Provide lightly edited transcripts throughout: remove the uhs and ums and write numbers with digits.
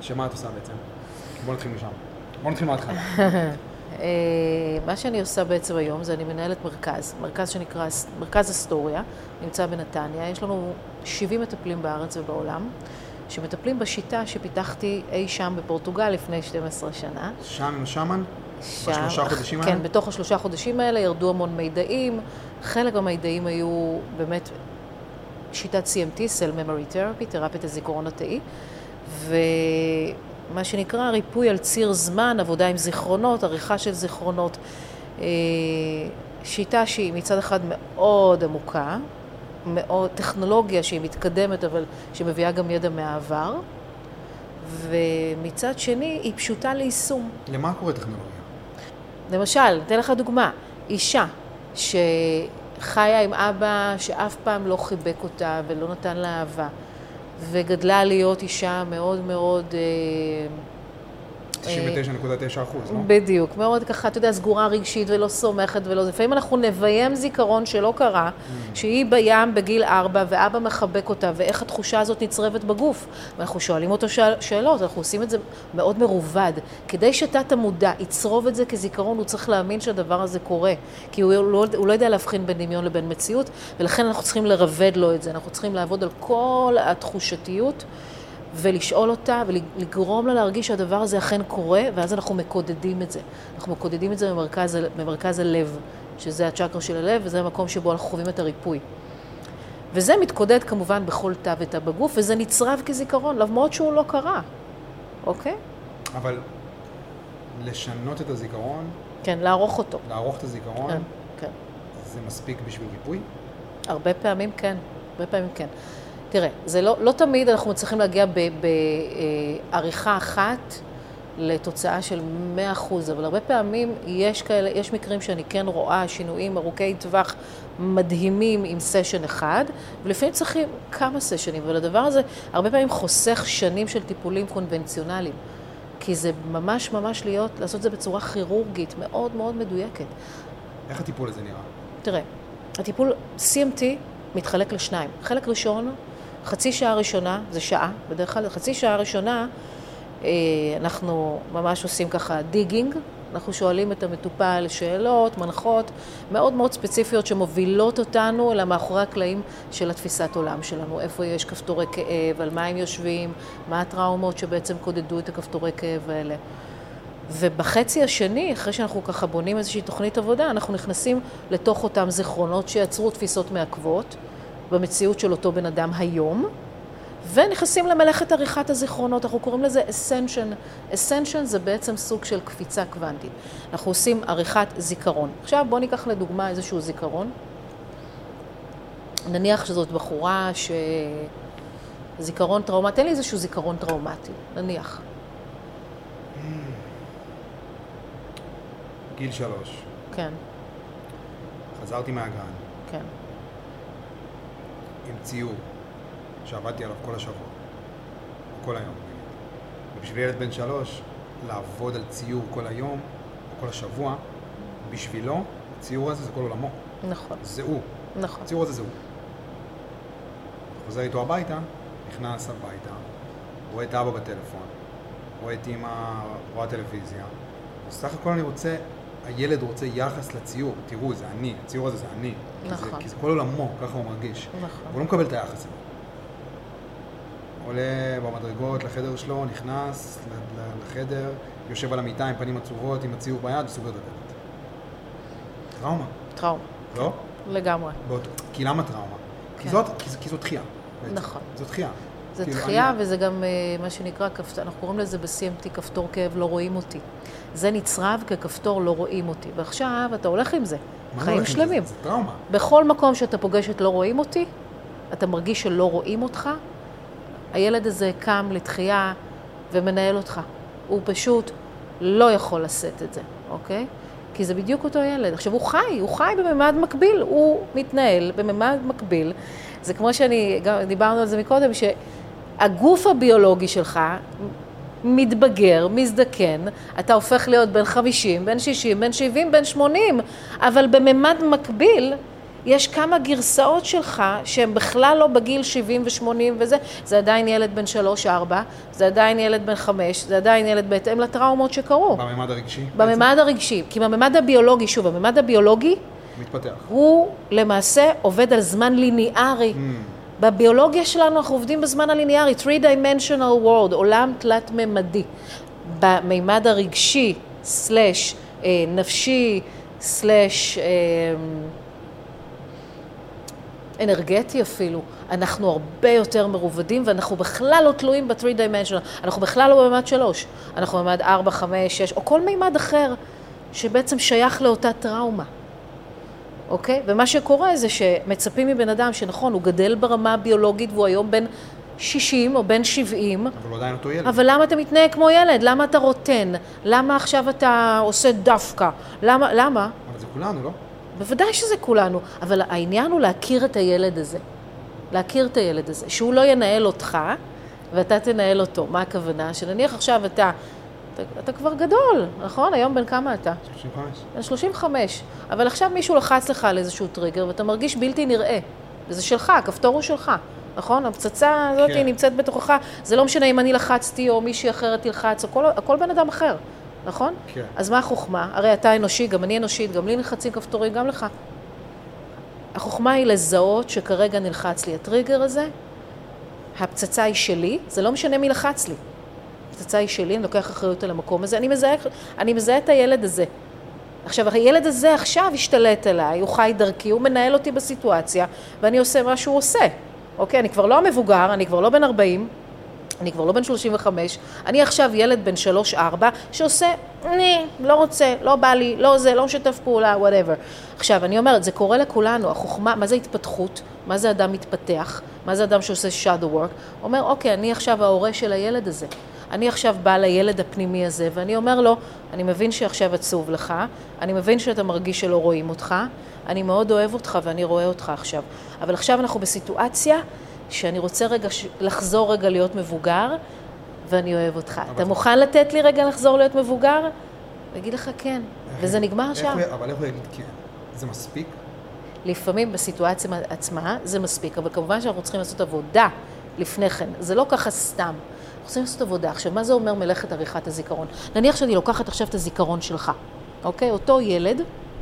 שמה את עושה בעצם? בוא נתחיל משם. בוא נתחיל מההתחלה. מה שאני עושה בעצם היום זה אני מנהלת מרכז שנקרא מרכז אסטוריה, נמצא בנתניה. יש לנו 70 מטפלים בארץ ובעולם, שמטפלים בשיטה שפיתחתי אי שם בפורטוגל לפני 12 שנה. שם עם השמן? בשלושה חודשים האלה? כן, בתוך השלושה חודשים האלה ירדו המון מידעים. חלק מהמידעים היו באמת שיטת CMT, Cell Memory Therapy, תרפיית הזיכרון התאי, ומה שנקרא ריפוי על ציר זמן, עבודה עם זיכרונות, עריכה של זיכרונות, שיטה שהיא מצד אחד מאוד עמוקה, מאוד טכנולוגיה שהיא מתקדמת, אבל שמביאה גם ידע מהעבר, ומצד שני היא פשוטה ליישום. למה קורה טכנולוגיה? למשל, אתן לך דוגמה, אישה שחיה עם אבא שאף פעם לא חיבק אותה ולא נתן לה אהבה, וגדלה להיות אישה מאוד מאוד... 99.9%, לא? בדיוק, מאוד ככה, אתה יודע, סגורה רגשית ולא סומכת ולא זה. לפעמים אנחנו נביים זיכרון שלא קרה, שהיא בים בגיל 4 ואבא מחבק אותה, ואיך התחושה הזאת נצרבת בגוף. ואנחנו שואלים אותו שאלות, אנחנו עושים את זה מאוד מרובד. כדי שתת המודע יצרוב את זה כזיכרון, הוא צריך להאמין שהדבר הזה קורה. כי הוא לא יודע להבחין בין דמיון לבין מציאות, ולכן אנחנו צריכים לרבד לו את זה. אנחנו צריכים לעבוד על כל התחושתיות, ולשאול אותה ולגרום לה להרגיש שהדבר הזה אכן קורה, ואז אנחנו מקודדים את זה. אנחנו מקודדים את זה במרכז הלב, שזה הצ'קרה של הלב, וזה המקום שבו אנחנו חווים את הריפוי. וזה מתקודד כמובן בכל תא ותא בגוף, וזה נצרב כזיכרון, למרות שהוא לא קרה. אוקיי? אבל לשנות את הזיכרון... כן, לערוך אותו. לערוך את הזיכרון? כן, כן. זה מספיק בשביל ריפוי? הרבה פעמים כן. הרבה פעמים כן. תראה, זה לא תמיד אנחנו מצליחים להגיע בעריכה אחת לתוצאה של 100%, אבל הרבה פעמים יש מקרים שאני כן רואה שינויים ארוכי טווח מדהימים עם סשן אחד, ולפעמים צריכים כמה סשנים, אבל הדבר הזה הרבה פעמים חוסך שנים של טיפולים קונבנציונליים, כי זה ממש לעשות זה בצורה כירורגית מאוד מאוד מדויקת. איך הטיפול הזה נראה? תראה, הטיפול CMT מתחלק לשניים. חלק ראשון, חצי שעה ראשונה, זה שעה, בדרך כלל חצי שעה ראשונה, אנחנו ממש עושים ככה דיגינג, אנחנו שואלים את המטופל שאלות, מנחות, מאוד מאוד ספציפיות שמובילות אותנו למאחורי הקלעים של התפיסת עולם שלנו, איפה יש כפתורי כאב, על מה הם יושבים, מה הטראומות שבעצם קודדו את הכפתורי כאב האלה. ובחצי השני, אחרי שאנחנו ככה בונים איזושהי תוכנית עבודה, אנחנו נכנסים לתוך אותם זיכרונות שיצרו תפיסות מעכבות במציאות של אותו בן אדם היום, ונכנסים למלאכת עריכת הזיכרונות. אנחנו קוראים לזה ascension. ascension זה בעצם סוג של קפיצה קוונטית. אנחנו עושים עריכת זיכרון. עכשיו בוא ניקח לדוגמה איזשהו זיכרון. נניח שזאת בחורה שזיכרון טראומטי, תן לי איזשהו זיכרון טראומטי, נניח. גיל 3. כן. חזרתי מהגן. כן. עם ציור שעבדתי עליו כל השבוע, כל היום. ובשביל ילד בן 3, לעבוד על ציור כל היום, כל השבוע, בשבילו, הציור הזה זה כל עולמו. נכון. זה הוא. נכון. הציור הזה זה הוא. חוזר איתו הביתה, נכנס הביתה, רואה את אבא בטלפון, רואה את אמא, רואה טלוויזיה. בסך הכל אני רוצה, הילד רוצה יחס לציור. תראו, זה אני, הציור הזה זה אני. נכון. כי זה כל עולמו, ככה הוא מרגיש. נכון. הוא לא מקבל את היחס הזה. עולה במדרגות לחדר שלו, נכנס לחדר, יושב על המיטה עם פנים עצובות, עם הציור ביד וסוגר את הדלת. טראומה. טראומה. לא? לגמרי. כי למה טראומה? כן. כי זאת דחייה. נכון. זאת דחייה. זה דחייה וזה גם מה שנקרא, אנחנו קוראים לזה ב-CMT כפתור כאב לא רואים אותי. זה נצרב ככפתור לא רואים אותי. ועכשיו אתה הולך עם זה. חיים שלמים. זה טראומה. בכל מקום שאתה פוגש את לא רואים אותי, אתה מרגיש שלא רואים אותך, הילד הזה קם לתחייה ומנהל אותך. הוא פשוט לא יכול לשאת את זה, אוקיי? כי זה בדיוק אותו ילד. עכשיו הוא חי בממד מקביל, הוא מתנהל בממד מקביל. זה כמו דיברנו על זה מקודם, שהגוף הביולוגי שלך מתבגר, מזדקן, אתה הופך להיות בן 50, בן 60, בן 70, בן 80, אבל בממד מקביל יש כמה גרסאות שלך שהן בכלל לא בגיל 70 ו-80 וזה, זה עדיין ילד בן 3-4, זה עדיין ילד בן 5, זה עדיין ילד בהתאם לטראומות שקרו. בממד הרגשי? בממד הרגשי, כי בממד הביולוגי, שוב, בממד הביולוגי, מתפתח. הוא למעשה עובד על זמן ליניארי. בביולוגיה שלנו אנחנו עובדים בזמן הליניארי, 3-dimensional world, עולם תלת-ממדי. בממד הרגשי, סלש, נפשי, סלש, אנרגטי אפילו, אנחנו הרבה יותר מרובדים, ואנחנו בכלל לא תלויים ב-3-dimensional, אנחנו בכלל לא בממד 3, אנחנו בממד 4, 5, 6, או כל ממד אחר, שבעצם שייך לאותה טראומה. אוקיי? ומה שקורה זה שמצפים מבן אדם שנכון, הוא גדל ברמה הביולוגית והוא היום בן 60 או בן 70. אבל הוא עדיין אותו ילד. אבל למה אתה מתנהג כמו ילד? למה אתה רוטן? למה עכשיו אתה עושה דווקא? למה? אבל זה כולנו, לא? בוודאי שזה כולנו, אבל העניין הוא להכיר את הילד הזה. להכיר את הילד הזה. שהוא לא ינהל אותך ואתה תנהל אותו. מה הכוונה? שנניח עכשיו אתה כבר גדול, נכון? היום בן כמה אתה? 35. בן 35. אבל עכשיו מישהו לחץ לך על איזשהו טריגר, ואתה מרגיש בלתי נראה. וזה שלך, הכפתור הוא שלך, נכון? הפצצה הזאת כן. נמצאת בתוכך. זה לא משנה אם אני לחצתי או מישהי אחרת תלחץ, הכל בן אדם אחר, נכון? כן. אז מה החוכמה? הרי אתה אנושי, גם אני אנושית, גם לי נחצים כפתורים, גם לך. החוכמה היא לזהות שכרגע נלחץ לי הטריגר הזה, הפצצה היא שלי, זה לא משנה מי לחץ לי. הפצצה היא שלי, אני לוקח אחריות על המקום הזה, אני מזהה את הילד הזה. עכשיו, הילד הזה עכשיו השתלט עליי, הוא חי דרכי, הוא מנהל אותי בסיטואציה, ואני עושה מה שהוא עושה. אוקיי, אני כבר לא המבוגר, אני כבר לא בן 40, אני כבר לא בן 35, אני עכשיו ילד בן 3-4, שעושה, לא רוצה, לא בא לי, לא זה, לא משתף פעולה, whatever. עכשיו, אני אומרת, זה קורה לכולנו, החוכמה, מה זה התפתחות? מה זה אדם מתפתח? מה זה אדם שעושה shadow work? אומר, אוקיי, אני עכשיו ההורה של הילד הזה. אני עכשיו באה לילד הפנימי הזה, ואני אומר לו, אני מבין שעכשיו עצוב לך, אני מבין שאתה מרגיש שלא רואים אותך, אני מאוד אוהב אותך ואני רואה אותך עכשיו. אבל עכשיו אנחנו בסיטואציה שאני רוצה רגע לחזור רגע להיות מבוגר, ואני אוהב אותך. אתה מוכן לתת לי רגע לחזור להיות מבוגר? ואגיד לך כן, וזה נגמר שם. אבל איך הוא יגיד כן? זה מספיק? לפעמים בסיטואציה עצמה זה מספיק, אבל כמובן שאנחנו צריכים לעשות עבודה לפני כן. זה לא ככה סתם. רוצים לעשות עבודה. עכשיו, מה זה אומר מלאכת עריכת הזיכרון? נניח שאני לוקחת עכשיו את הזיכרון שלך, אוקיי? אותו ילד,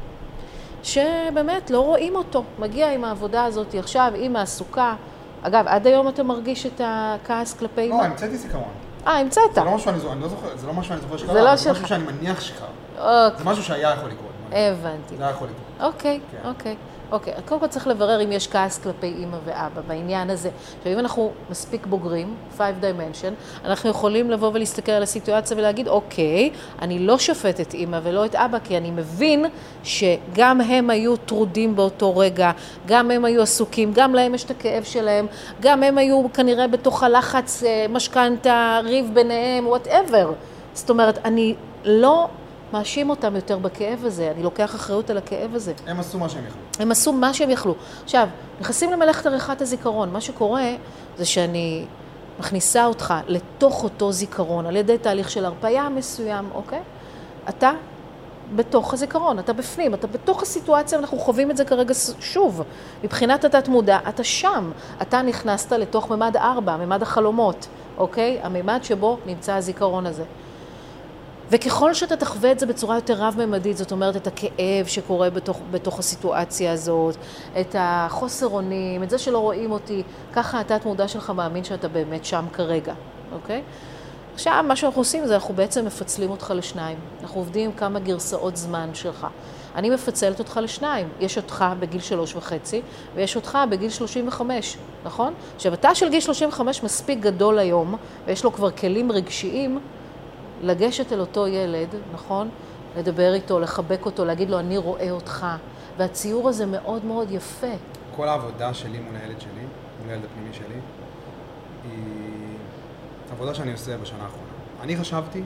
שבאמת לא רואים אותו. מגיע עם העבודה הזאת עכשיו, עם העסוקה. אגב, עד היום אתה מרגיש את הכעס כלפי אמא? לא, המצאתי זיכרון. המצאת. זה לא משהו אני לא זוכר, זה לא משהו שאני זוכר שקרה, זה לא זה משהו שאני מניח שקרה. זה משהו שהיה יכול לקרות. הבנתי. זה היה יכול לקרות. אוקיי. קודם כל צריך לברר אם יש כעס כלפי אמא ואבא בעניין הזה. עכשיו, אם אנחנו מספיק בוגרים, 5-dimension, אנחנו יכולים לבוא ולהסתכל על הסיטואציה ולהגיד, אוקיי, אני לא שופט את אמא ולא את אבא, כי אני מבין שגם הם היו טרודים באותו רגע, גם הם היו עסוקים, גם להם יש את הכאב שלהם, גם הם היו כנראה בתוך הלחץ, משכנתה, ריב ביניהם, whatever. זאת אומרת, אני לא מאשים אותם יותר בכאב הזה, אני לוקח אחריות על הכאב הזה. הם עשו מה שהם יכלו. הם עשו מה שהם יכלו. עכשיו, נכנסים למלאכת עריכת הזיכרון. מה שקורה זה שאני מכניסה אותך לתוך אותו זיכרון, על ידי תהליך של הרפאיה מסוים, אוקיי? אתה בתוך הזיכרון, אתה בפנים, אתה בתוך הסיטואציה, אנחנו חווים את זה כרגע שוב. מבחינת התת מודע, אתה שם. אתה נכנסת לתוך ממד 4, ממד החלומות, אוקיי? הממד שבו נמצא הזיכרון הזה. וככל שאתה תחווה את זה בצורה יותר רב-ממדית, זאת אומרת, את הכאב שקורה בתוך הסיטואציה הזאת, את החוסר אונים, את זה שלא רואים אותי, ככה התת-מודע שלך מאמין שאתה באמת שם כרגע, אוקיי? עכשיו, מה שאנחנו עושים זה, אנחנו בעצם מפצלים אותך לשניים. אנחנו עובדים עם כמה גרסאות זמן שלך. אני מפצלת אותך לשניים. יש אותך בגיל 3.5, ויש אותך בגיל 35, נכון? עכשיו, אתה של גיל 35 מספיק גדול היום, ויש לו כבר כלים רגשיים, לגשת אל אותו ילד, נכון? לדבר איתו, לחבק אותו, להגיד לו, אני רואה אותך. והציור הזה מאוד מאוד יפה. כל העבודה שלי מול הילד שלי, מול הילד הפנימי שלי, היא עבודה שאני עושה בשנה האחרונה. אני חשבתי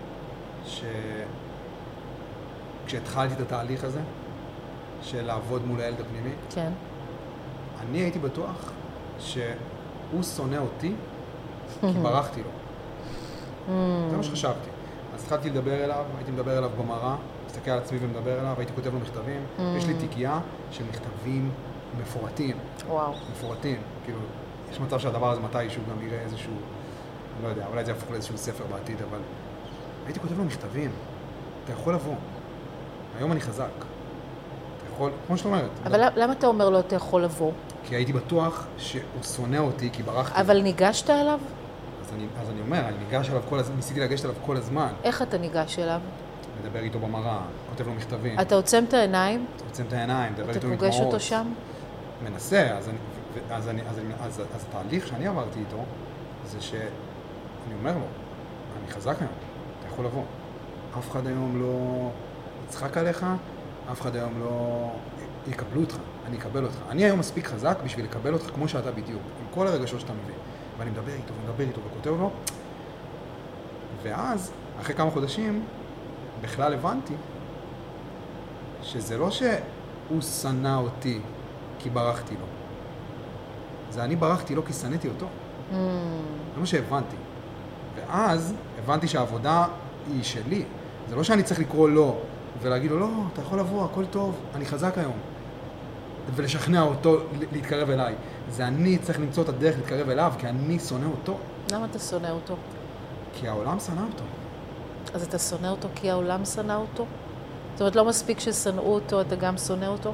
כשהתחלתי את התהליך הזה, של לעבוד מול הילד הפנימי, כן. אני הייתי בטוח שהוא שונא אותי, כי ברחתי לו. זה מה שחשבתי. אז התחלתי לדבר אליו, הייתי מדבר אליו במראה, מסתכל על עצמי ומדבר אליו, הייתי כותב לו מכתבים. יש לי תיקייה של מכתבים מפורטים. וואו. מפורטים. כאילו, יש מצב שהדבר הזה מתישהו גם יראה איזשהו, אני לא יודע, אולי זה יהפוך לאיזשהו ספר בעתיד, אבל הייתי כותב לו מכתבים. אתה יכול לבוא. היום אני חזק. אתה יכול, כמו שאת אומרת. אבל למה אתה אומר לו, אתה יכול לבוא? כי הייתי בטוח שהוא שונא אותי, כי ברחתי. אבל ניגשת אליו? אז אני אומר, אני ניגש אליו כל הזמן, ניסיתי לגשת אליו כל הזמן. איך אתה ניגש אליו? מדבר איתו במראה, כותב לו מכתבים. אתה עוצם את העיניים? עוצם את העיניים, מדבר איתו עם אתה פוגש אותו שם? מנסה, אז התהליך שאני עברתי איתו, זה שאני אומר לו, אני חזק היום, אתה יכול לבוא. אף אחד היום לא יצחק עליך, אף אחד היום לא יקבלו אותך, אני אקבל אותך. אני היום מספיק חזק בשביל לקבל אותך כמו שאתה בדיוק, עם כל הרגשות שאתה מביא. ואני מדבר איתו וכותב לו, ואז, אחרי כמה חודשים, בכלל הבנתי שזה לא שהוא שנא אותי כי ברחתי לו. זה אני ברחתי לו כי שנאתי אותו. זה מה שהבנתי. ואז הבנתי שהעבודה היא שלי. זה לא שאני צריך לקרוא לו ולהגיד לו, לא, אתה יכול לבוא, הכל טוב, אני חזק היום. ולשכנע אותו להתקרב אליי. זה אני צריך למצוא את הדרך להתקרב אליו, כי אני שונא אותו. למה אתה שונא אותו? כי העולם שנא אותו. אז אתה שונא אותו כי העולם שנא אותו? זאת אומרת, לא מספיק ששנאו אותו, אתה גם שונא אותו?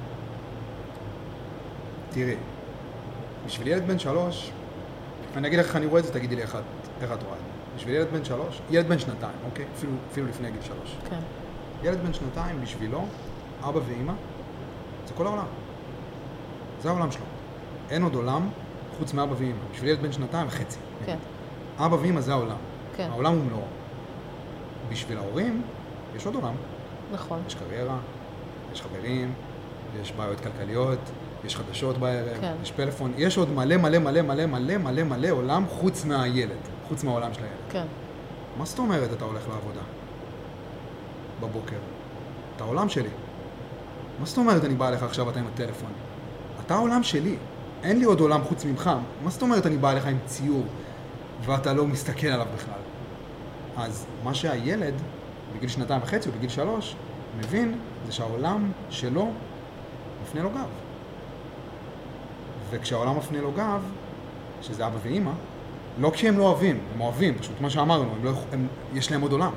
תראי, בשביל ילד בן 3, אני אגיד לך איך אני רואה את זה, תגידי לי איך את רואה את זה. בשביל ילד בן 3, ילד בן 2, אוקיי? אפילו לפני גיל 3. כן. ילד בן 2, בשבילו, אבא ואמא, זה כל העולם. זה העולם שלו. אין עוד עולם חוץ מאבא ואמא. בשביל ילד בן 2.5. כן. אבא ואמא זה העולם. כן. העולם הוא מלואו. בשביל ההורים, יש עוד עולם. נכון. יש קריירה, יש חברים, יש בעיות כלכליות, יש חדשות בערב, כן. יש פלאפון, יש עוד מלא עולם חוץ מהילד, חוץ מהעולם של הילד. כן. מה זאת אומרת אתה הולך לעבודה? בבוקר. אתה העולם שלי. מה זאת אומרת אני בא אליך עכשיו אתה עם הטלפון? אתה העולם שלי. אין לי עוד עולם חוץ ממך. מה זאת אומרת אני בא אליך עם ציור ואתה לא מסתכל עליו בכלל? אז מה שהילד בגיל 2.5 או בגיל 3 מבין זה שהעולם שלו מפנה לו גב. וכשהעולם מפנה לו גב, שזה אבא ואמא, לא כי הם לא אוהבים, הם אוהבים, פשוט מה שאמרנו, יש להם עוד עולם.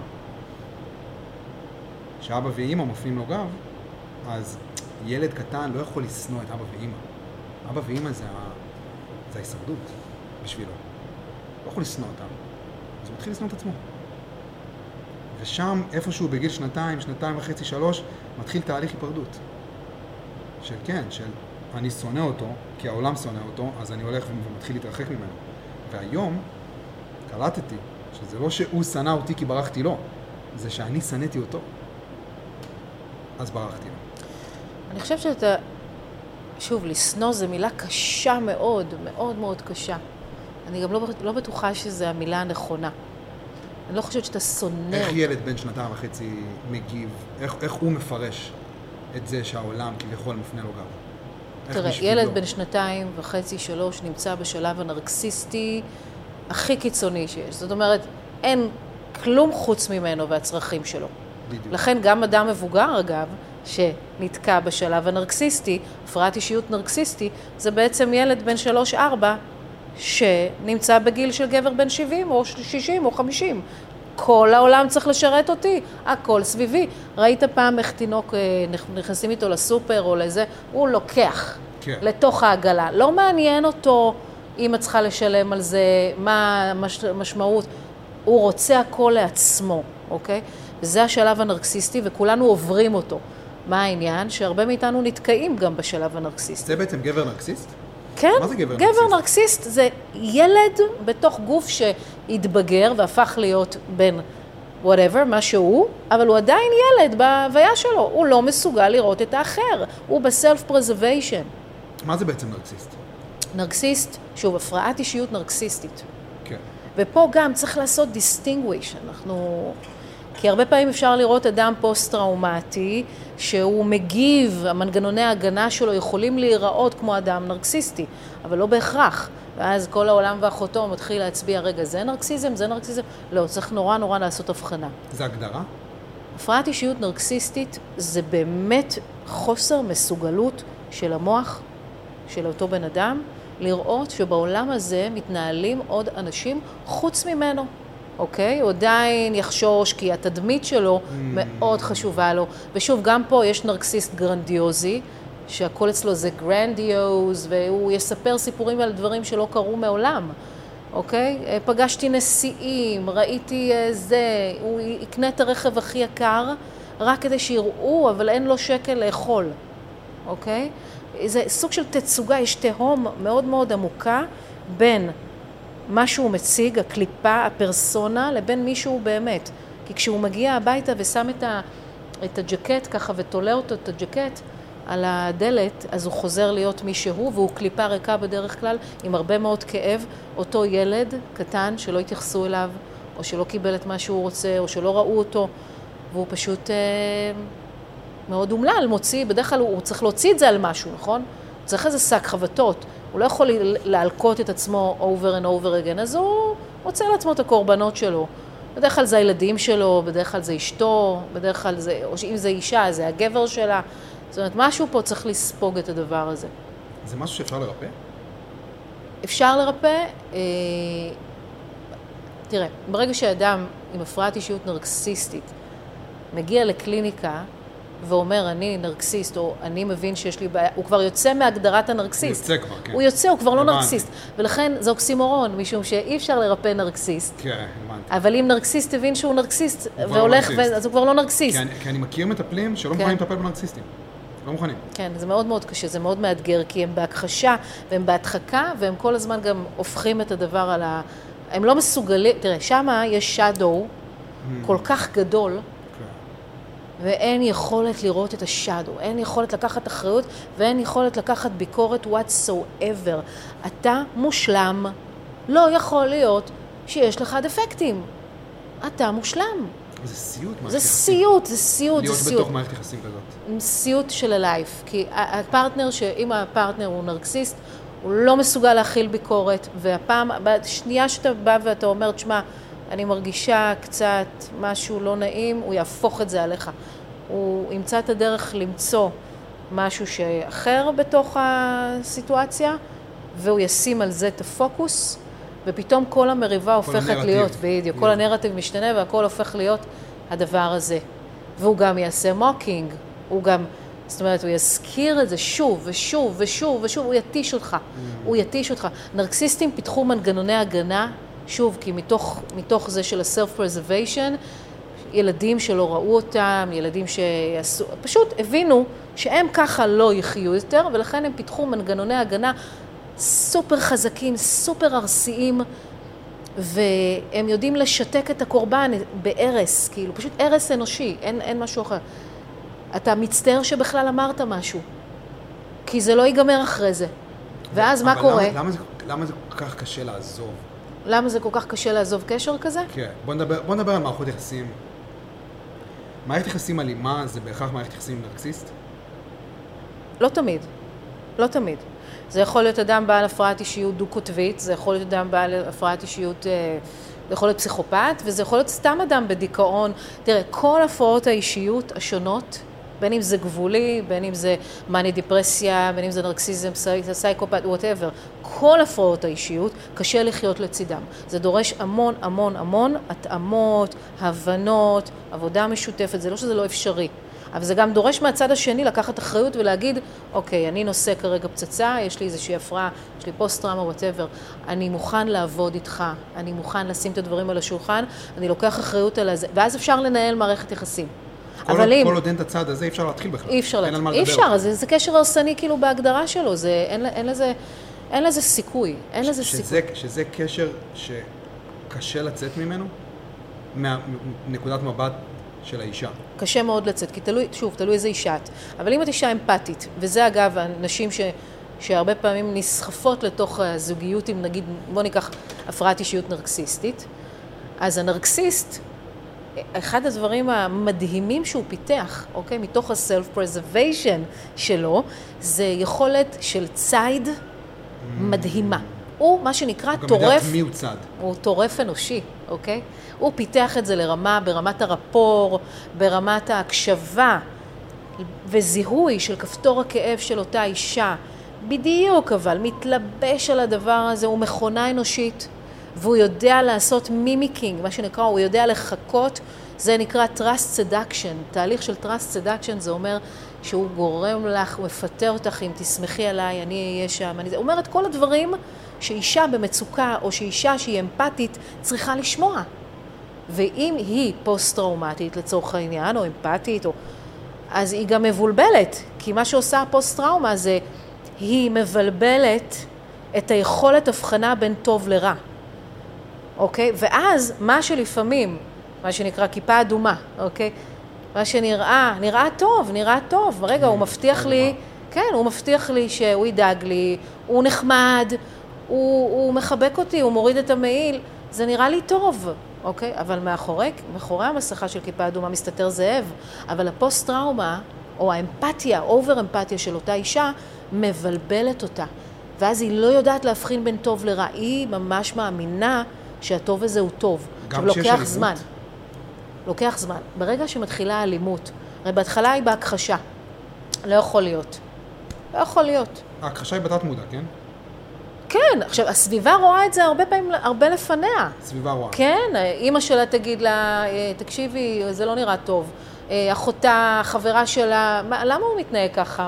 כשאבא ואמא מפנים לו גב, אז ילד קטן לא יכול לשנוא את אבא ואמא. אבא ואמא זה ההישרדות בשבילו. לא יכול לשנוא אותם. אז הוא מתחיל לשנוא את עצמו. ושם, איפשהו בגיל 2, 2.5, 3, מתחיל תהליך היפרדות. של אני שונא אותו, כי העולם שונא אותו, אז אני הולך ומתחיל להתרחק ממנו. והיום קלטתי שזה לא שהוא שנא אותי כי ברחתי לו, זה שאני שנאתי אותו. אז ברחתי לו. אני חושב שאתה, שוב, לשנוא זה מילה קשה מאוד, מאוד מאוד קשה. אני גם לא בטוחה שזו המילה הנכונה. אני לא חושבת שאתה שונא. איך ילד בן 2.5 מגיב, איך הוא מפרש את זה שהעולם כביכול מפנה לו גב? תראה, ילד בן 2.5, 3 נמצא בשלב הנרקסיסטי הכי קיצוני שיש. זאת אומרת, אין כלום חוץ ממנו והצרכים שלו. בדיוק. לכן גם אדם מבוגר, אגב, שנתקע בשלב הנרקסיסטי, הפרעת אישיות נרקסיסטי, זה בעצם ילד בן 3-4 שנמצא בגיל של גבר בן 70 או 60 או 50. כל העולם צריך לשרת אותי, הכל סביבי. ראית פעם איך תינוק נכנסים איתו לסופר או לזה, הוא לוקח לתוך העגלה. לא מעניין אותו אם את צריכה לשלם על זה, מה המשמעות. הוא רוצה הכל לעצמו, אוקיי? וזה השלב הנרקסיסטי וכולנו עוברים אותו. מה העניין? שהרבה מאיתנו נתקעים גם בשלב הנרקסיסטי. זה בעצם גבר נרקסיסט? כן, מה זה גבר נרקסיסט? גבר נרקסיסט זה ילד בתוך גוף שהתבגר והפך להיות בן whatever, מה שהוא, אבל הוא עדיין ילד בהוויה שלו. הוא לא מסוגל לראות את האחר. הוא ב-self-preservation. מה זה בעצם נרקסיסט? נרקסיסט, שוב, הפרעת אישיות נרקסיסטית. כן. ופה גם צריך לעשות distinguish. כי הרבה פעמים אפשר לראות אדם פוסט-טראומטי, שהוא מגיב, המנגנוני ההגנה שלו יכולים להיראות כמו אדם נרקסיסטי, אבל לא בהכרח. ואז כל העולם ואחותו מתחיל להצביע, רגע, זה נרקסיזם, זה נרקסיזם. לא, צריך נורא נורא לעשות הבחנה. זה הגדרה? הפרעת אישיות נרקסיסטית זה באמת חוסר מסוגלות של המוח, של אותו בן אדם, לראות שבעולם הזה מתנהלים עוד אנשים חוץ ממנו. אוקיי? הוא עדיין יחשוש כי התדמית שלו מאוד חשובה לו. ושוב, גם פה יש נרקסיסט גרנדיוזי, שהכל אצלו זה גרנדיוז, והוא יספר סיפורים על דברים שלא קרו מעולם. אוקיי? פגשתי נשיאים, ראיתי זה, הוא יקנה את הרכב הכי יקר, רק כדי שיראו, אבל אין לו שקל לאכול. אוקיי? זה סוג של תצוגה, יש תהום מאוד מאוד עמוקה בין מה שהוא מציג, הקליפה, הפרסונה, לבין מישהו באמת. כי כשהוא מגיע הביתה ושם את הג'קט ככה ותולה אותו, את הג'קט על הדלת, אז הוא חוזר להיות מי שהוא, והוא קליפה ריקה בדרך כלל, עם הרבה מאוד כאב. אותו ילד קטן שלא התייחסו אליו, או שלא קיבל את מה שהוא רוצה, או שלא ראו אותו, והוא פשוט מאוד אומלל, מוציא, בדרך כלל הוא צריך להוציא את זה על משהו, נכון? הוא צריך איזה שק חבטות. הוא לא יכול להלקות את עצמו over and over again, אז הוא מוצא לעצמו את הקורבנות שלו. בדרך כלל זה הילדים שלו, בדרך כלל זה אשתו, בדרך כלל זה, או שאם זה אישה, זה הגבר שלה. זאת אומרת, משהו פה צריך לספוג את הדבר הזה. זה משהו שאפשר לרפא? אפשר לרפא. תראה, ברגע שאדם עם הפרעת אישיות נרקסיסטית מגיע לקליניקה, ואומר, אני נרקסיסט, או אני מבין שיש לי בעיה, הוא כבר יוצא מהגדרת הנרקסיסט. הוא יוצא כבר, כן. הוא יוצא, הוא כבר לא נרקסיסט. ולכן זה אוקסימורון, משום שאי אפשר לרפא נרקסיסט. כן, הבנתי. אבל אם נרקסיסט הבין שהוא נרקסיסט, והולך, אז הוא כבר לא נרקסיסט. כי אני מכיר מטפלים שלא מוכנים לטפל בנרקסיסטים. לא מוכנים. כן, זה מאוד מאוד קשה, זה מאוד מאתגר, כי הם בהכחשה, והם בהדחקה, והם כל הזמן גם הופכים את הדבר על ה... הם לא מסוגלים, תראה, שמה יש shadow כל כך גדול, ואין יכולת לראות את השאדו, אין יכולת לקחת אחריות, ואין יכולת לקחת ביקורת whatsoever. אתה מושלם, לא יכול להיות שיש לך דפקטים. אתה מושלם. זה סיוט. זה סיוט, זה סיוט. להיות בתוך מערכת יחסים כזאת. סיוט של הלייף, כי הפרטנר, אם הפרטנר הוא נרקסיסט, הוא לא מסוגל להכיל ביקורת, והפעם, בשנייה שאתה בא ואתה אומר, תשמע, אני מרגישה קצת משהו לא נעים, הוא יהפוך את זה עליך. הוא ימצא את הדרך למצוא משהו שאחר בתוך הסיטואציה, והוא ישים על זה את הפוקוס, ופתאום כל המריבה הופכת להיות, בדיוק, כל הנרטיב משתנה והכל הופך להיות הדבר הזה. והוא גם יעשה מוקינג, הוא גם, זאת אומרת, הוא יזכיר את זה שוב ושוב ושוב ושוב, הוא יתיש אותך, הוא יתיש אותך. נרקסיסטים פיתחו מנגנוני הגנה, שוב, כי מתוך זה של ה-self-preservation, ילדים שלא ראו אותם, ילדים שעשו, פשוט הבינו שהם ככה לא יחיו יותר, ולכן הם פיתחו מנגנוני הגנה סופר חזקים, סופר ארסיים, והם יודעים לשתק את הקורבן בארס, כאילו, פשוט ארס אנושי, אין משהו אחר. אתה מצטער שבכלל אמרת משהו, כי זה לא ייגמר אחרי זה. ואז מה קורה? למה זה כל כך קשה לעזוב? למה זה כל כך קשה לעזוב קשר כזה? כן, בוא נדבר על מערכות יחסים. מערכת יחסים אלימה זה בהכרח מערכת יחסים נרקסיסט? לא תמיד. לא תמיד. זה יכול להיות אדם בעל הפרעת אישיות דו-קוטבית, זה יכול להיות אדם בעל הפרעת אישיות, זה יכול להיות פסיכופת, וזה יכול להיות סתם אדם בדיכאון. תראה, כל הפרעות האישיות השונות, בין אם זה גבולי, בין אם זה מאניה דיפרסיה, בין אם זה נרקסיזם, סייקופת, whatever, כל הפרעות האישיות קשה לחיות לצידם. זה דורש המון המון המון התאמות, הבנות, עבודה משותפת, זה לא שזה לא אפשרי. אבל זה גם דורש מהצד השני לקחת אחריות ולהגיד, אוקיי, אני נושא כרגע פצצה, יש לי איזושהי הפרעה, יש לי פוסט-טראומה, whatever, אני מוכן לעבוד איתך, אני מוכן לשים את הדברים על השולחן, אני לוקח אחריות על זה, ואז אפשר לנהל מערכת יחסים. כל עוד אין את הצד הזה, אי אפשר להתחיל בכלל. אי אפשר להתחיל. אי אפשר, זה קשר הרסני כאילו בהגדרה שלו, אין לזה סיכוי, אין לזה סיכוי. שזה קשר שקשה לצאת ממנו, מנקודת מבט של האישה. קשה מאוד לצאת, כי תלוי איזה אישה את. אבל אם את אישה אמפתית, וזה אגב, הנשים שהרבה פעמים נסחפות לתוך הזוגיות, אם נגיד, בוא ניקח הפרעת אישיות נרקסיסטית, אז הנרקסיסט אחד הדברים המדהימים שהוא פיתח, אוקיי? מתוך ה-self-preservation שלו, זה יכולת של ציד מדהימה. הוא מה שנקרא טורף... הוא גם יודע מי הוא צד. הוא טורף אנושי, אוקיי? הוא פיתח את זה ברמת הרפור, ברמת ההקשבה וזיהוי של כפתור הכאב של אותה אישה. בדיוק, אבל מתלבש על הדבר הזה, הוא מכונה אנושית, והוא יודע לעשות מימיקינג, מה שנקרא, הוא יודע לחכות, זה נקרא trust seduction. תהליך של trust seduction זה אומר שהוא גורם לך, הוא מפתה אותך, אם תסמכי עליי, אני אהיה שם. הוא אומר את כל הדברים שאישה במצוקה, או שאישה שהיא אמפתית, צריכה לשמוע. ואם היא פוסט-טראומטית לצורך העניין, או אמפתית, אז היא גם מבולבלת, כי מה שעושה הפוסט-טראומה זה, היא מבלבלת את היכולת הבחנה בין טוב לרע. אוקיי? ואז מה שלפעמים, מה שנקרא כיפה אדומה, אוקיי? מה נראה טוב. רגע, הוא מבטיח לי, כן, הוא מבטיח לי שהוא ידאג לי, הוא נחמד, הוא מחבק אותי, הוא מוריד את המעיל, זה נראה לי טוב, אוקיי? אבל מאחורי המסכה של כיפה אדומה מסתתר זאב, אבל הפוסט-טראומה, או האמפתיה, אובר-אמפתיה של אותה אישה, מבלבלת אותה. ואז היא לא יודעת להבחין בין טוב לרע, היא ממש מאמינה שהטוב הזה הוא טוב. גם כשיש אלימות? לוקח זמן. ברגע שמתחילה האלימות, הרי בהתחלה היא בהכחשה. לא יכול להיות. ההכחשה היא בתת מודע, כן? כן, עכשיו, הסביבה רואה את זה הרבה פעמים, הרבה לפניה. הסביבה רואה. כן, אמא שלה תגיד לה, תקשיבי, זה לא נראה טוב. אחותה, חברה שלה, למה הוא מתנהג ככה?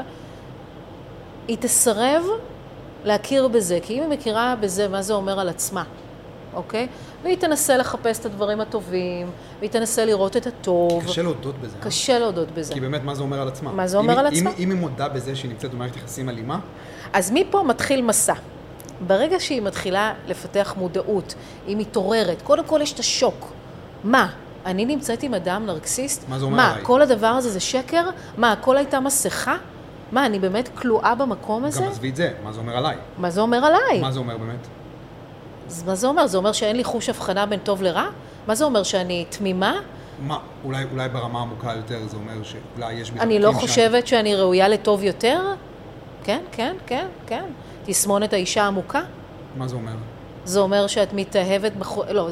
היא תסרב להכיר בזה, כי אם היא מכירה בזה, מה זה אומר על עצמה, אוקיי? והיא תנסה לחפש את הדברים הטובים, והיא תנסה לראות את הטוב. קשה להודות בזה. קשה להודות בזה. כי באמת, מה זה אומר על עצמה? מה זה אומר על עצמה? אם היא מודה בזה שהיא נמצאת במערכת יחסים אלימה? אז מפה מתחיל מסע. ברגע שהיא מתחילה לפתח מודעות, היא מתעוררת, קודם כל יש את השוק. מה? אני נמצאת עם אדם נרקסיסט? מה זה אומר עליי? כל הדבר הזה זה שקר? מה, הכל הייתה מסכה? מה, אני באמת כלואה במקום הזה? גם עזבי את זה, מה זה אומר עליי? מה זה אומר עליי? מה זה אומר באמת? מה זה אומר? זה אומר שאין לי חוש הבחנה בין טוב לרע? מה זה אומר, שאני תמימה? מה? אולי ברמה עמוקה יותר זה אומר שאולי יש... אני לא חושבת שאני ראויה לטוב יותר? כן. תסמונת האישה עמוקה? מה זה אומר? זה אומר שאת מתאהבת לא,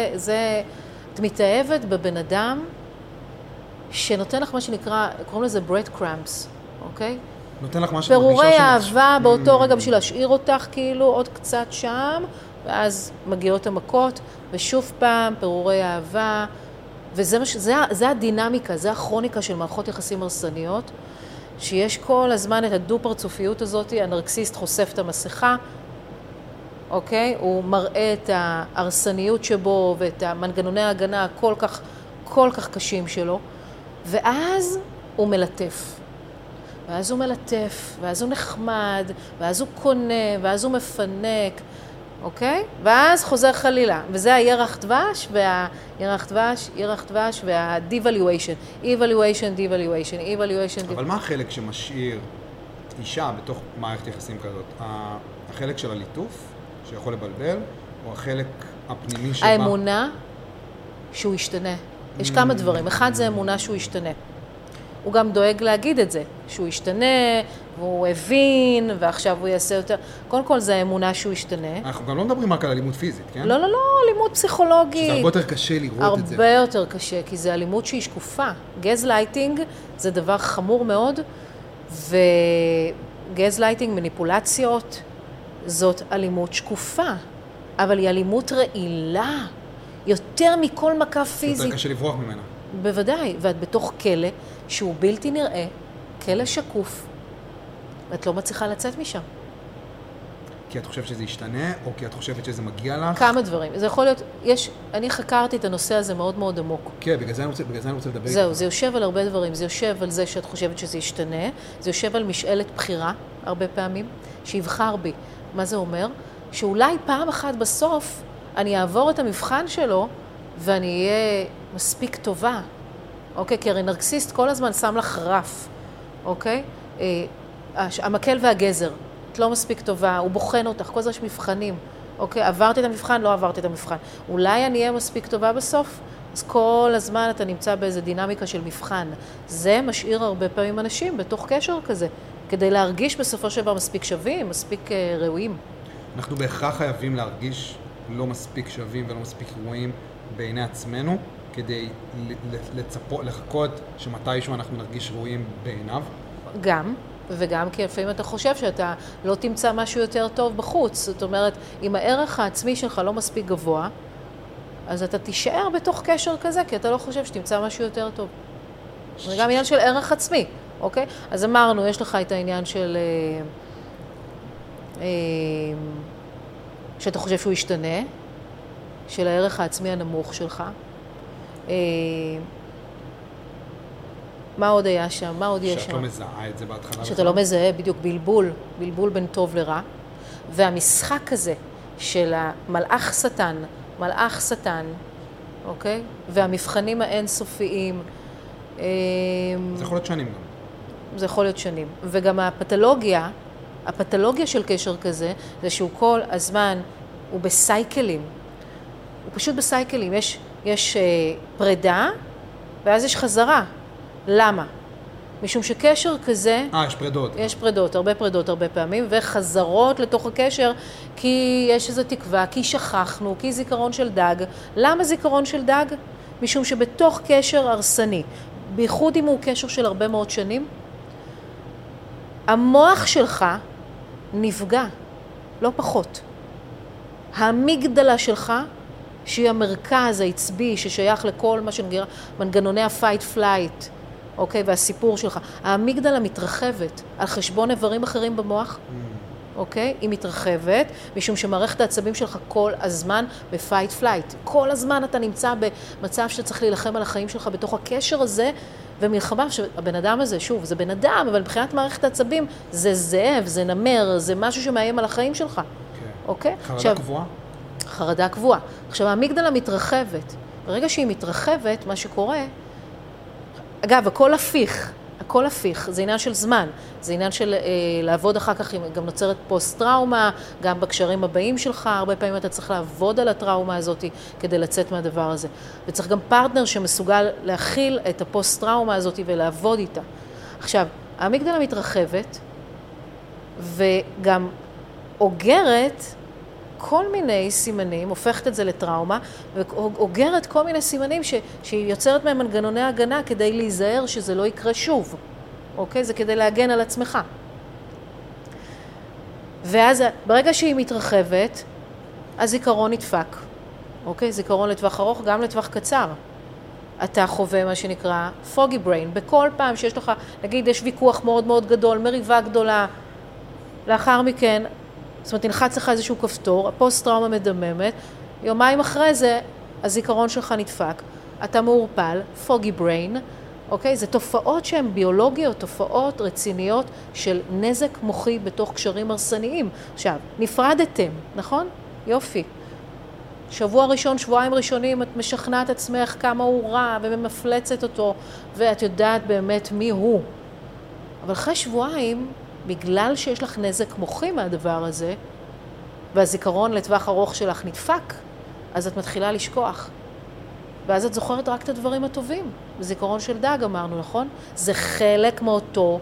את מתאהבת בבן אדם שנותן לך מה שנקרא, קוראים לזה bread crumbs, אוקיי? נותן לך משהו... פירורי אהבה באותו רגע בשביל להשאיר אותך כאילו עוד קצת שם, ואז מגיעות המכות, ושוב פעם פירורי אהבה, וזה הדינמיקה, זה הכרוניקה של מערכות יחסים הרסניות, שיש כל הזמן את הדו-פרצופיות הזאת, הנרקסיסט חושף את המסכה, אוקיי? הוא מראה את ההרסניות שבו ואת המנגנוני ההגנה כל כך קשים שלו, ואז הוא מלטף. ואז הוא נחמד, ואז הוא קונה, ואז הוא מפנק, אוקיי? ואז חוזר חלילה, וזה הירח דבש וה-devaluation, evaluation. אבל מה החלק שמשאיר אישה בתוך מערכת יחסים כזאת? החלק של הליטוף, שיכול לבלבל, או החלק הפנימי שבה? האמונה שהוא ישתנה. יש כמה דברים. אחד זה אמונה שהוא ישתנה. הוא גם דואג להגיד את זה, שהוא ישתנה, והוא הבין, ועכשיו הוא יעשה יותר. קודם כל זה האמונה שהוא ישתנה. אנחנו גם לא מדברים רק על אלימות פיזית, כן? לא, אלימות פסיכולוגית. שזה הרבה יותר קשה לראות את זה. הרבה יותר קשה, כי זה אלימות שהיא שקופה. גזלייטינג זה דבר חמור מאוד, וגזלייטינג, מניפולציות, זאת אלימות שקופה, אבל היא אלימות רעילה, יותר מכל מכה פיזית. יותר קשה לברוח ממנה. בוודאי, ואת בתוך כלא שהוא בלתי נראה, כלא שקוף, ואת לא מצליחה לצאת משם. כי את חושבת שזה ישתנה, או כי את חושבת שזה מגיע לך? כמה דברים. זה יכול להיות, אני חקרתי את הנושא הזה מאוד מאוד עמוק. כן, בגלל זה אני רוצה לדבר. זהו, זה יושב על הרבה דברים. זה יושב על זה שאת חושבת שזה ישתנה, זה יושב על משאלת בחירה, הרבה פעמים, שיבחר בי. מה זה אומר? שאולי פעם אחת בסוף אני אעבור את המבחן שלו, ואני אהיה מספיק טובה. אוקיי? כי הרי נרקסיסט כל הזמן שם לך רף. אוקיי? המקל והגזר. את לא מספיק טובה, הוא בוחן אותך, כל זה יש מבחנים. אוקיי, עברתי את המבחן, לא עברתי את המבחן. אולי אני אהיה מספיק טובה בסוף? אז כל הזמן אתה נמצא באיזו דינמיקה של מבחן. זה משאיר הרבה פעמים אנשים בתוך קשר כזה, כדי להרגיש בסופו של דבר מספיק שווים, מספיק ראויים. אנחנו בהכרח חייבים להרגיש לא מספיק שווים ולא מספיק ראויים בעיני עצמנו, כדי לחכות שמתישהו אנחנו נרגיש ראויים בעיניו. גם, וגם כי לפעמים אתה חושב שאתה לא תמצא משהו יותר טוב בחוץ. זאת אומרת, אם הערך העצמי שלך לא מספיק גבוה, אז אתה תישאר בתוך קשר כזה, כי אתה לא חושב שתמצא משהו יותר טוב. זה גם עניין של ערך עצמי, אוקיי? אז אמרנו, יש לך את העניין של שאתה חושב שהוא ישתנה, של הערך העצמי הנמוך שלך. מה עוד היה שם? מה עוד יש שם? שאת לא מזהה את זה בהתחלה. שאתה לא מזהה, בדיוק בלבול בין טוב לרע. והמשחק הזה של המלאך שטן, אוקיי? והמבחנים האינסופיים. זה יכול להיות שנים גם. זה יכול להיות שנים. וגם הפתולוגיה של קשר כזה, זה שהוא כל הזמן, הוא בסייקלים. הוא פשוט בסייקלים. יש פרידה, ואז יש חזרה. למה? משום שקשר כזה... יש פרידות. יש פרידות, הרבה פעמים, וחזרות לתוך הקשר, כי יש איזו תקווה, כי שכחנו, כי זיכרון של דג. למה זיכרון של דג? משום שבתוך קשר הרסני, בייחוד אם הוא קשר של הרבה מאוד שנים, המוח שלך נפגע, לא פחות. האמיגדלה שלך, שהיא המרכז העצבי ששייך לכל מה שנגרר, מנגנוני ה-fight-flight, אוקיי, והסיפור שלך. האמיגדלה מתרחבת על חשבון איברים אחרים במוח, אוקיי? היא מתרחבת, משום שמערכת העצבים שלך כל הזמן ב-fight-flight. כל הזמן אתה נמצא במצב שאתה צריך להילחם על החיים שלך בתוך הקשר הזה, ומלחמה שהבן אדם הזה, שוב, זה בן אדם, אבל מבחינת מערכת העצבים זה זאב, זה נמר, זה משהו שמאיים על החיים שלך, אוקיי? חרדה קבועה? חרדה קבועה. עכשיו, האמיגדלה מתרחבת. ברגע שהיא מתרחבת, מה שקורה, אגב, הכל הפיך, זה עניין של זמן, זה עניין של לעבוד אחר כך, גם נוצרת פוסט-טראומה, גם בקשרים הבאים שלך, הרבה פעמים אתה צריך לעבוד על הטראומה הזאת כדי לצאת מהדבר הזה. וצריך גם פרטנר שמסוגל להכיל את הפוסט-טראומה הזאת ולעבוד איתה. עכשיו, האמיגדלה מתרחבת, וגם אוגרת כל מיני סימנים, הופכת את זה לטראומה, ואוגרת כל מיני סימנים שהיא יוצרת מהם מנגנוני הגנה כדי להיזהר שזה לא יקרה שוב. אוקיי? זה כדי להגן על עצמך. ואז ברגע שהיא מתרחבת, הזיכרון נדפק. אוקיי? זיכרון לטווח ארוך, גם לטווח קצר. אתה חווה מה שנקרא foggy brain. בכל פעם שיש לך, נגיד, יש ויכוח מאוד מאוד גדול, מריבה גדולה, לאחר מכן, זאת אומרת, נלחץ לך איזשהו כפתור, הפוסט-טראומה מדממת, יומיים אחרי זה, הזיכרון שלך נדפק, אתה מעורפל, foggy brain, אוקיי? זה תופעות שהן ביולוגיות, תופעות רציניות של נזק מוחי בתוך קשרים הרסניים. עכשיו, נפרדתם, נכון? יופי. שבוע ראשון, שבועיים ראשונים, את משכנעת עצמך כמה הוא רע וממפלצת אותו, ואת יודעת באמת מי הוא. אבל אחרי שבועיים, בגלל שיש לך נזק מוחי מהדבר הזה, והזיכרון לטווח ארוך שלך נדפק, אז את מתחילה לשכוח. ואז את זוכרת רק את הדברים הטובים. זיכרון של דג אמרנו, נכון? זה חלק מאותו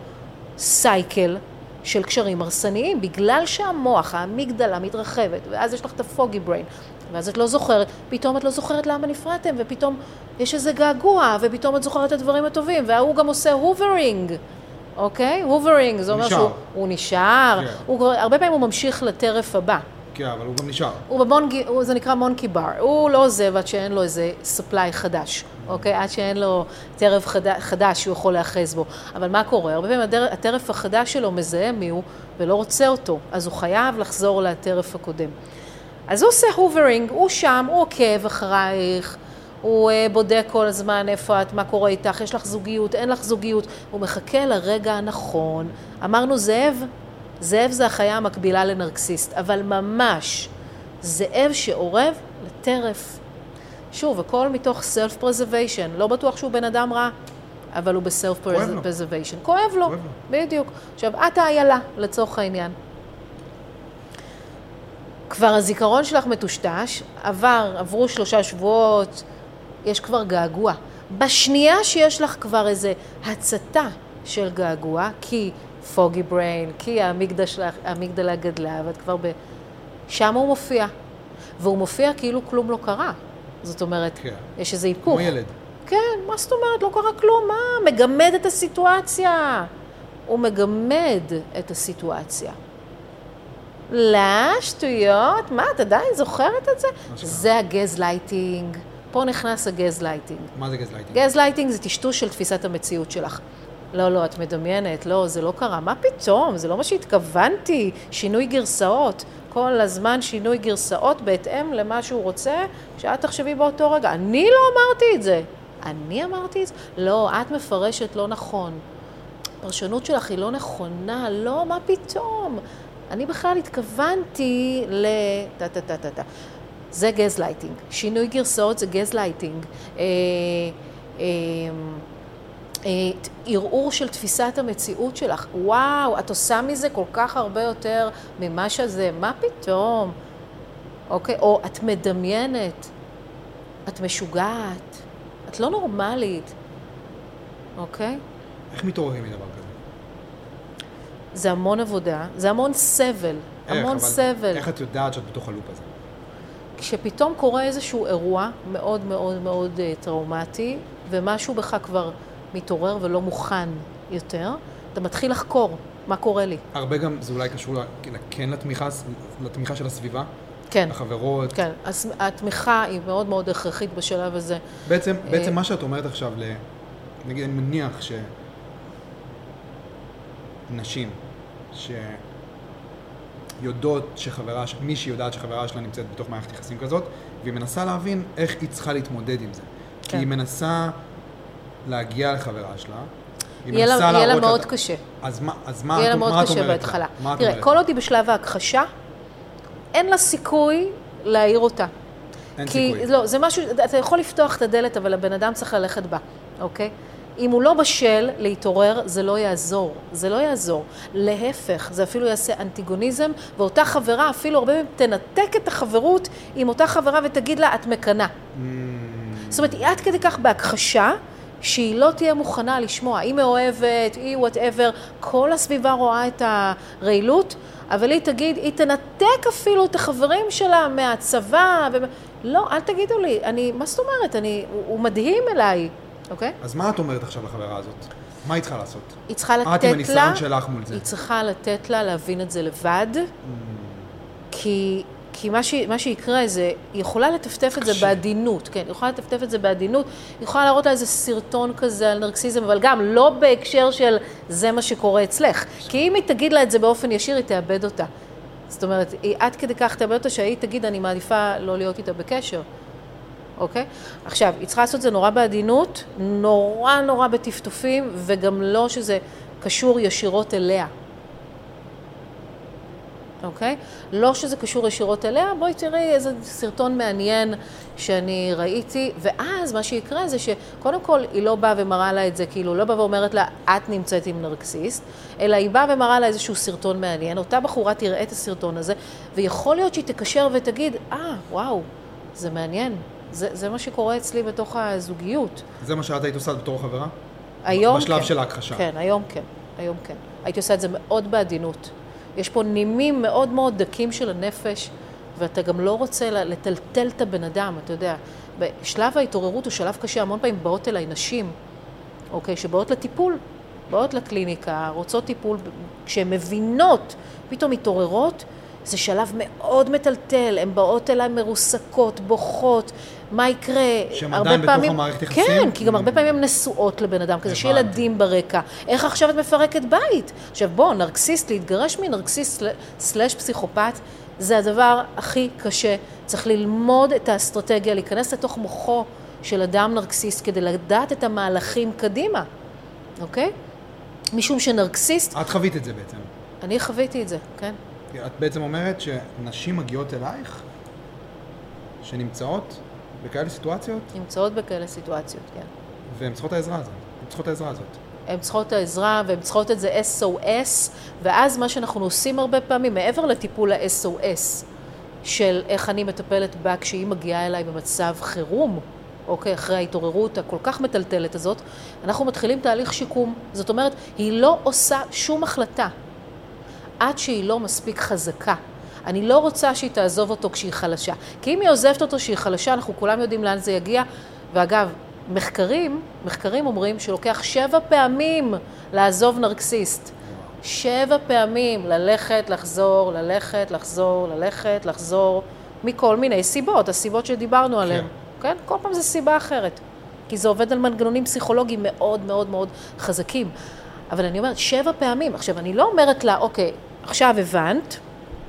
סייקל של קשרים הרסניים, בגלל שהמוח, האמיגדלה מתרחבת, ואז יש לך את הפוגי בריין, ואז את לא זוכרת, פתאום את לא זוכרת למה נפרדתם, ופתאום יש איזה געגוע, ופתאום את זוכרת את הדברים הטובים, והוא גם עושה הוברינג, אוקיי? הוברינג, זה אומר שהוא נשאר, הרבה פעמים הוא ממשיך לטרף הבא. כן, אבל הוא גם נשאר. זה נקרא מונקי בר, הוא לא עוזב עד שאין לו איזה ספליי חדש, אוקיי? עד שאין לו טרף חדש שהוא יכול להאחז בו. אבל מה קורה? הרבה פעמים הטרף החדש שלו מזהה מי הוא ולא רוצה אותו, אז הוא חייב לחזור לטרף הקודם. אז הוא עושה הוברינג, הוא שם, הוא עוקב אחרייך, הוא בודק כל הזמן איפה את, מה קורה איתך, יש לך זוגיות, אין לך זוגיות, הוא מחכה לרגע הנכון. אמרנו זאב זה החיה המקבילה לנרקסיסט, אבל ממש זאב שעורב לטרף. שוב, הכל מתוך self-preservation, לא בטוח שהוא בן אדם רע, אבל הוא ב-self-preservation. כואב לו, בדיוק. עכשיו, את האיילה לצורך העניין. כבר הזיכרון שלך מטושטש, עברו 3 שבועות, יש כבר געגוע. בשנייה שיש לך כבר איזה הצתה של געגוע, כי פוגי בריין, כי האמיגדלה גדלה, ואת כבר שם הוא מופיע. והוא מופיע כאילו כלום לא קרה. זאת אומרת, כן. יש איזה היפוך. כמו ילד. כן, מה זאת אומרת? לא קרה כלום, מה? מגמד את הסיטואציה. הוא מגמד את הסיטואציה. לא, שטויות, מה, את עדיין זוכרת את זה? זה הגזלייטינג. פה נכנס הגזלייטינג. מה זה גזלייטינג? גזלייטינג זה טשטוש של תפיסת המציאות שלך. לא, את מדמיינת, לא, זה לא קרה. מה פתאום? זה לא מה שהתכוונתי. שינוי גרסאות. כל הזמן שינוי גרסאות בהתאם למה שהוא רוצה, שאת תחשבי באותו רגע. אני לא אמרתי את זה. אני אמרתי את זה? לא, את מפרשת לא נכון. הפרשנות שלך היא לא נכונה. לא, מה פתאום? אני בכלל התכוונתי זה גזלייטינג. שינוי גרסאות זה גזלייטינג. ערעור של תפיסת המציאות שלך. וואו, את עושה מזה כל כך הרבה יותר ממה שזה. מה פתאום? אוקיי? או את מדמיינת. את משוגעת. את לא נורמלית. אוקיי? איך מתעוררים מדבר כזה? זה המון עבודה. זה המון סבל. המון סבל. איך את יודעת שאת בתוך הלופ הזה? כשפתאום קורה איזשהו אירוע מאוד מאוד מאוד טראומטי, ומשהו בך כבר מתעורר ולא מוכן יותר, אתה מתחיל לחקור מה קורה לי. הרבה גם זה אולי קשור כן לתמיכה של הסביבה? כן. לחברות? כן. התמיכה היא מאוד מאוד הכרחית בשלב הזה. בעצם מה שאת אומרת עכשיו, נגיד אני מניח שנשים יודעות מישהי יודעת שחברה שלה נמצאת בתוך מערכת יחסים כזאת, והיא מנסה להבין איך היא צריכה להתמודד עם זה. כן. כי היא מנסה להגיע לחברה שלה, יהיה לה מאוד קשה. אז מה את אומרת לה? יהיה לה מאוד קשה בהתחלה. תראה, כל עוד היא בשלב ההכחשה, אין לה סיכוי להעיר אותה. אין סיכוי. לא, זה משהו, אתה יכול לפתוח את הדלת, אבל הבן אדם צריך ללכת בה, אוקיי? אם הוא לא בשל להתעורר, זה לא יעזור. זה לא יעזור. להפך, זה אפילו יעשה אנטיגוניזם, ואותה חברה אפילו הרבה פעמים תנתק את החברות עם אותה חברה ותגיד לה, את מקנה. זאת אומרת, היא עד כדי כך בהכחשה, שהיא לא תהיה מוכנה לשמוע. היא מאוהבת, היא whatever, כל הסביבה רואה את הרעילות, אבל היא תגיד, היא תנתק אפילו את החברים שלה מהצבא. לא, אל תגידו לי, מה זאת אומרת? הוא מדהים אליי. אוקיי? אז מה את אומרת עכשיו לחברה הזאת? מה היא צריכה לעשות? היא צריכה לתת לה... את עם הניסיון שלך מול זה. היא צריכה לתת לה להבין את זה לבד, כי מה שיקרה זה, היא יכולה לטפטף את זה בעדינות, כן, היא יכולה לטפטף את זה בעדינות, היא יכולה להראות לה איזה סרטון כזה על נרקסיזם, אבל גם לא בהקשר של זה מה שקורה אצלך, כי אם היא תגיד לה את זה באופן ישיר, היא תאבד אותה. זאת אומרת, היא עד כדי כך תאבד אותה שהיא תגיד, אני מעדיפה לא להיות איתה בקשר. אוקיי? עכשיו, היא צריכה לעשות זה נורא בעדינות, נורא בטפטופים, וגם לא שזה קשור ישירות אליה. אוקיי? לא שזה קשור ישירות אליה, בואי תראי איזה סרטון מעניין שאני ראיתי, ואז מה שיקרה זה שקודם כל היא לא באה ומראה לה את זה, כאילו לא באה ואומרת לה, את נמצאת עם נרקסיסט, אלא היא באה ומראה לה איזשהו סרטון מעניין, אותה בחורה תראה את הסרטון הזה, ויכול להיות שהיא תקשר ותגיד, וואו, זה מעניין. זה מה שקורה אצלי בתוך הזוגיות. זה מה שאת היית עושה בתור חברה? היום בשלב כן. של ההכחשה. כן, היום כן. הייתי עושה את זה מאוד בעדינות. יש פה נימים מאוד מאוד דקים של הנפש, ואתה גם לא רוצה לטלטל את הבן אדם, אתה יודע. בשלב ההתעוררות הוא שלב קשה, המון פעמים באות אליי נשים, אוקיי, שבאות לטיפול, באות לקליניקה, רוצות טיפול, כשהן מבינות, פתאום מתעוררות, זה שלב מאוד מטלטל, הן באות אליי מרוסקות, בוכות, מה יקרה? שהן עדיין בתוך המערכת יחסים? כן, כי גם הרבה פעמים הן נשואות לבן אדם כזה, שילדים ברקע. איך עכשיו את מפרקת בית? עכשיו בוא, נרקסיסט, להתגרש מנרקסיסט סלש פסיכופת, זה הדבר הכי קשה. צריך ללמוד את האסטרטגיה, להיכנס לתוך מוחו של אדם נרקסיסט, כדי לדעת את המהלכים קדימה, אוקיי? משום שנרקסיסט... את חווית את זה בעצם. אני חוויתי את זה, כן. את בעצם אומרת שנשים מגיעות אלייך, שנמצאות בכאלה סיטואציות? נמצאות בכאלה סיטואציות, כן. והן צריכות העזרה הזאת. הן צריכות העזרה והן צריכות את זה SOS, ואז מה שאנחנו עושים הרבה פעמים, מעבר לטיפול ה-SOS, של איך אני מטפלת בה כשהיא מגיעה אליי במצב חירום, אוקיי, אחרי ההתעוררות הכל כך מטלטלת הזאת, אנחנו מתחילים תהליך שיקום. זאת אומרת, היא לא עושה שום החלטה עד שהיא לא מספיק חזקה. אני לא רוצה שהיא תעזוב אותו כשהיא חלשה. כי אם היא עוזבת אותו כשהיא חלשה, אנחנו כולם יודעים לאן זה יגיע. ואגב, מחקרים אומרים שלוקח 7 פעמים לעזוב נרקסיסט. 7 פעמים ללכת, לחזור, ללכת, לחזור, ללכת, לחזור, מכל מיני סיבות, הסיבות שדיברנו עליהן. כן? כל פעם זה סיבה אחרת. כי זה עובד על מנגנונים פסיכולוגיים מאוד מאוד מאוד חזקים. אבל אני אומרת, 7 פעמים. עכשיו, אני לא אומרת לה, אוקיי, עכשיו הבנת,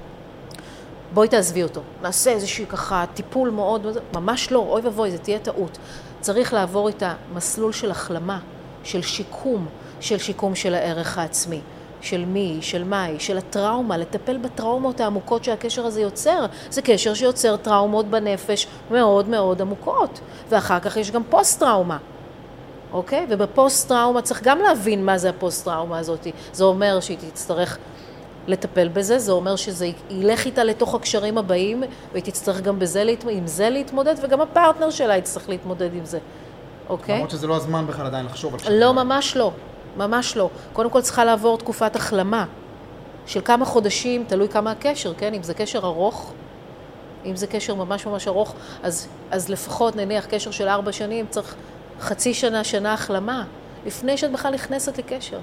בואי תעזבי אותו. נעשה איזושהי ככה טיפול מאוד, ממש לא, אוי ובוי, זה תהיה טעות. צריך לעבור את המסלול של החלמה, של שיקום של הערך העצמי, של מי, של מהי, של הטראומה, לטפל בטראומות העמוקות שהקשר הזה יוצר. זה קשר שיוצר טראומות בנפש מאוד מאוד עמוקות. ואחר כך יש גם פוסט-טראומה. אוקיי? ובפוסט-טראומה צריך גם להבין מה זה הפוסט-טראומה הזאת. זה אומר שהיא תצטרך לטפל בזה, זה אומר שזה ילך איתה לתוך הקשרים הבאים, והיא תצטרך גם עם זה להתמודד, וגם הפרטנר שלה יצטרך להתמודד עם זה. אוקיי? למרות שזה לא הזמן בכלל עדיין לחשוב על לא, ממש לא. ממש לא. קודם כל צריכה לעבור תקופת החלמה של כמה חודשים, תלוי כמה הקשר, כן? אם זה קשר ארוך, אם זה קשר ממש ממש ארוך, אז לפחות נניח קשר של 4 שנים, צריך חצי שנה, שנה החלמה, לפני שאת בכלל נכנסת לקשר.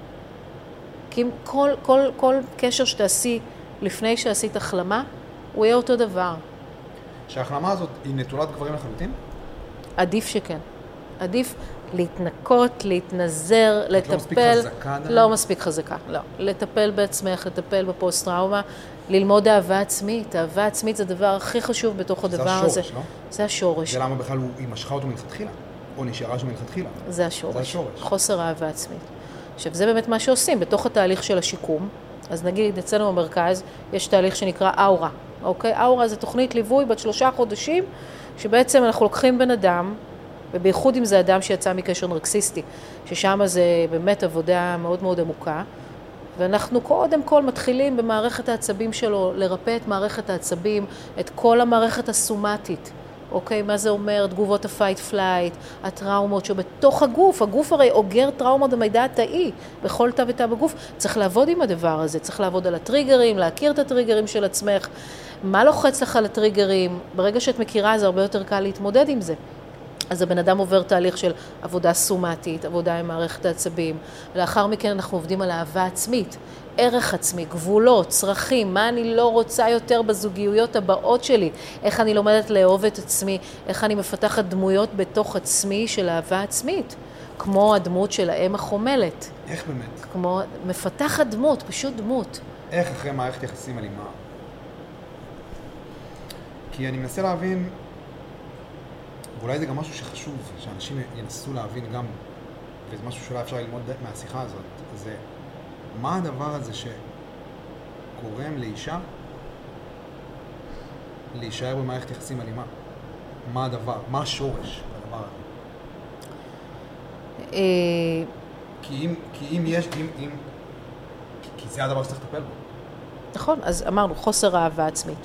כי כל קשר שתעשי לפני שעשית החלמה, הוא יהיה אותו דבר. שההחלמה הזאת היא נטולת גברים לחלוטין? עדיף שכן. עדיף להתנקות, להתנזר, לטפל. לא מספיק חזקה עדיין? לא מספיק חזקה, לא. לטפל בעצמך, לטפל בפוסט-טראומה, ללמוד אהבה עצמית. אהבה עצמית זה הדבר הכי חשוב בתוך הדבר הזה. זה השורש, לא? זה השורש. זה למה בכלל היא משכה אותו מלכתחילה? או נשארה שם מלכתחילה? זה השורש. חוסר אהבה עצמית. עכשיו, זה באמת מה שעושים בתוך התהליך של השיקום. אז נגיד, אצלנו במרכז יש תהליך שנקרא אאורה. אוקיי? אאורה זה תוכנית ליווי בת 3 חודשים, שבעצם אנחנו לוקחים בן אדם, ובייחוד אם זה אדם שיצא מקשר נרקסיסטי, ששם זה באמת עבודה מאוד מאוד עמוקה, ואנחנו קודם כל מתחילים במערכת העצבים שלו, לרפא את מערכת העצבים, את כל המערכת הסומטית. אוקיי, מה זה אומר? תגובות הפייט-פלייט, הטראומות שבתוך הגוף, הגוף הרי אוגר טראומות במידע התאי, בכל תא ותא בגוף, צריך לעבוד עם הדבר הזה, צריך לעבוד על הטריגרים, להכיר את הטריגרים של עצמך, מה לוחץ לך על הטריגרים, ברגע שאת מכירה זה הרבה יותר קל להתמודד עם זה. אז הבן אדם עובר תהליך של עבודה סומטית, עבודה עם מערכת העצבים, ולאחר מכן אנחנו עובדים על אהבה עצמית, ערך עצמי, גבולות, צרכים, מה אני לא רוצה יותר בזוגיות הבאות שלי, איך אני לומדת לאהוב את עצמי, איך אני מפתחת דמויות בתוך עצמי של אהבה עצמית, כמו הדמות של האם החומלת. איך באמת? כמו מפתחת דמות, פשוט דמות. איך אחרי מערכת יחסים אלימה? כי אני מנסה להבין, ואולי זה גם משהו שחשוב, שאנשים ינסו להבין גם, וזה משהו שאולי אפשר ללמוד מהשיחה הזאת, זה מה הדבר הזה שקורם לאישה להישאר במערכת יחסים אלימה? מה הדבר? מה השורש בדבר הזה? כי זה הדבר שצריך לטפל בו. נכון, אז אמרנו, חוסר אהבה עצמית.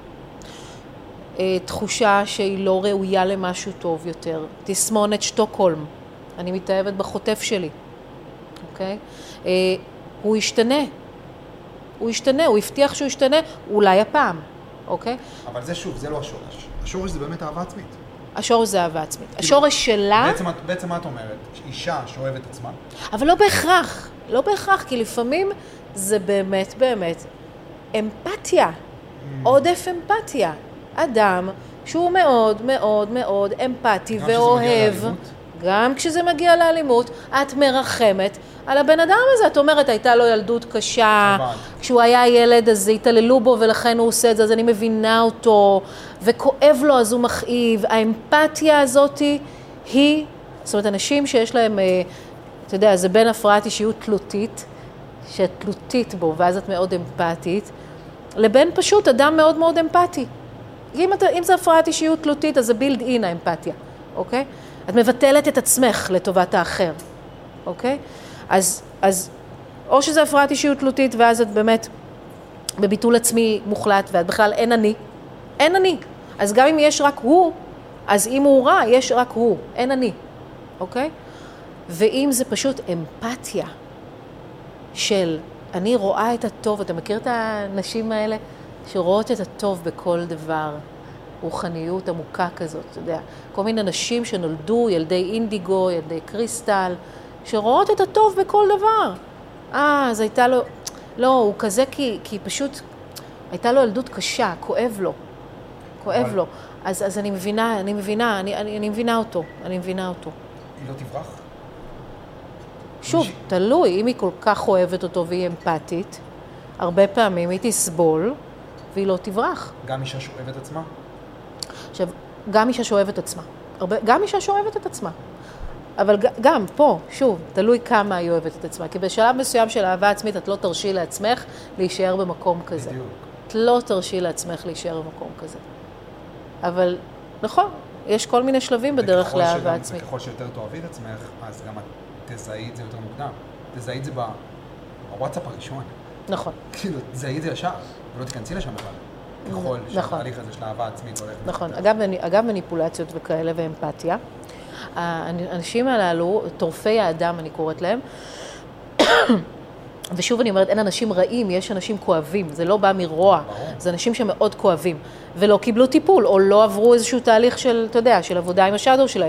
תחושה שהיא לא ראויה למשהו טוב יותר. תסמונת שטוקהולם. אני מתאהבת בחוטף שלי. אוקיי? הוא ישתנה. הוא הבטיח שהוא ישתנה, אולי הפעם. אוקיי? אבל זה שוב, זה לא השורש. השורש זה באמת אהבה עצמית. השורש זה אהבה עצמית. השורש שלה... בעצם מה את אומרת? אישה שאוהבת עצמה. אבל לא בהכרח. לא בהכרח, כי לפעמים זה באמת אמפתיה. עודף אמפתיה. אדם שהוא מאוד מאוד מאוד אמפתי ואוהב, גם כשזה מגיע לאלימות, את מרחמת על הבן אדם הזה. את אומרת, הייתה לו ילדות קשה, כשהוא היה ילד אז התעללו בו ולכן הוא עושה את זה, אז אני מבינה אותו, וכואב לו אז הוא מכאיב. האמפתיה הזאת היא, זאת אומרת, אנשים שיש להם, אתה יודע, זה בין הפרעת אישיות תלותית, שאת תלותית בו ואז את מאוד אמפתית, לבין פשוט אדם מאוד מאוד אמפתי. אם זה הפרעת אישיות תלותית, אז זה בילד אין האמפתיה, אוקיי? את מבטלת את עצמך לטובת האחר, אוקיי? אז או שזה הפרעת אישיות תלותית, ואז את באמת בביטול עצמי מוחלט, ואת בכלל אין אני, אין אני. אז גם אם יש רק הוא, אז אם הוא רע, יש רק הוא, אין אני, אוקיי? ואם זה פשוט אמפתיה של אני רואה את הטוב, אתה מכיר את האנשים האלה שרואות את הטוב בכל דבר, רוחניות עמוקה כזאת, אתה יודע, כל מיני נשים שנולדו, ילדי אינדיגו, ילדי קריסטל, שרואות את הטוב בכל דבר. אז הייתה לו, לא, הוא כזה כי פשוט הייתה לו ילדות קשה, כואב לו. כואב לו. אז אני מבינה אותו. היא לא תברח? שוב, תלוי, אם היא כל כך אוהבת אותו והיא אמפתית, הרבה פעמים היא תסבול והיא לא תברח. גם אישה שאוהבת עצמה? עכשיו, גם אישה שאוהבת עצמה. גם אישה שאוהבת את עצמה. אבל גם פה, שוב, תלוי כמה היא אוהבת את עצמה. כי בשלב מסוים של אהבה עצמית, את לא תרשי לעצמך להישאר במקום כזה. בדיוק. את לא תרשי לעצמך להישאר במקום כזה. אבל, נכון, יש כל מיני שלבים בדרך לאהבה עצמית. וככל שיותר תאהבי את עצמך, אז גם את תזהי את זה יותר מוקדם. תזהי את זה בוואטסאפ הראשון. נכון. כאילו, תזהי את זה ישר, ולא תיכנסי לשם בכלל. ככל שהתהליך הזה של אהבה עצמית הולך. נכון. אגב, מניפולציות וכאלה ואמפתיה. האנשים הללו, טורפי האדם אני קוראת להם, ושוב אני אומרת, אין אנשים רעים, יש אנשים כואבים, זה לא בא מרוע, זה אנשים שמאוד כואבים, ולא קיבלו טיפול, או לא עברו איזשהו תהליך של, אתה יודע, של עבודה עם השאדו שלהם.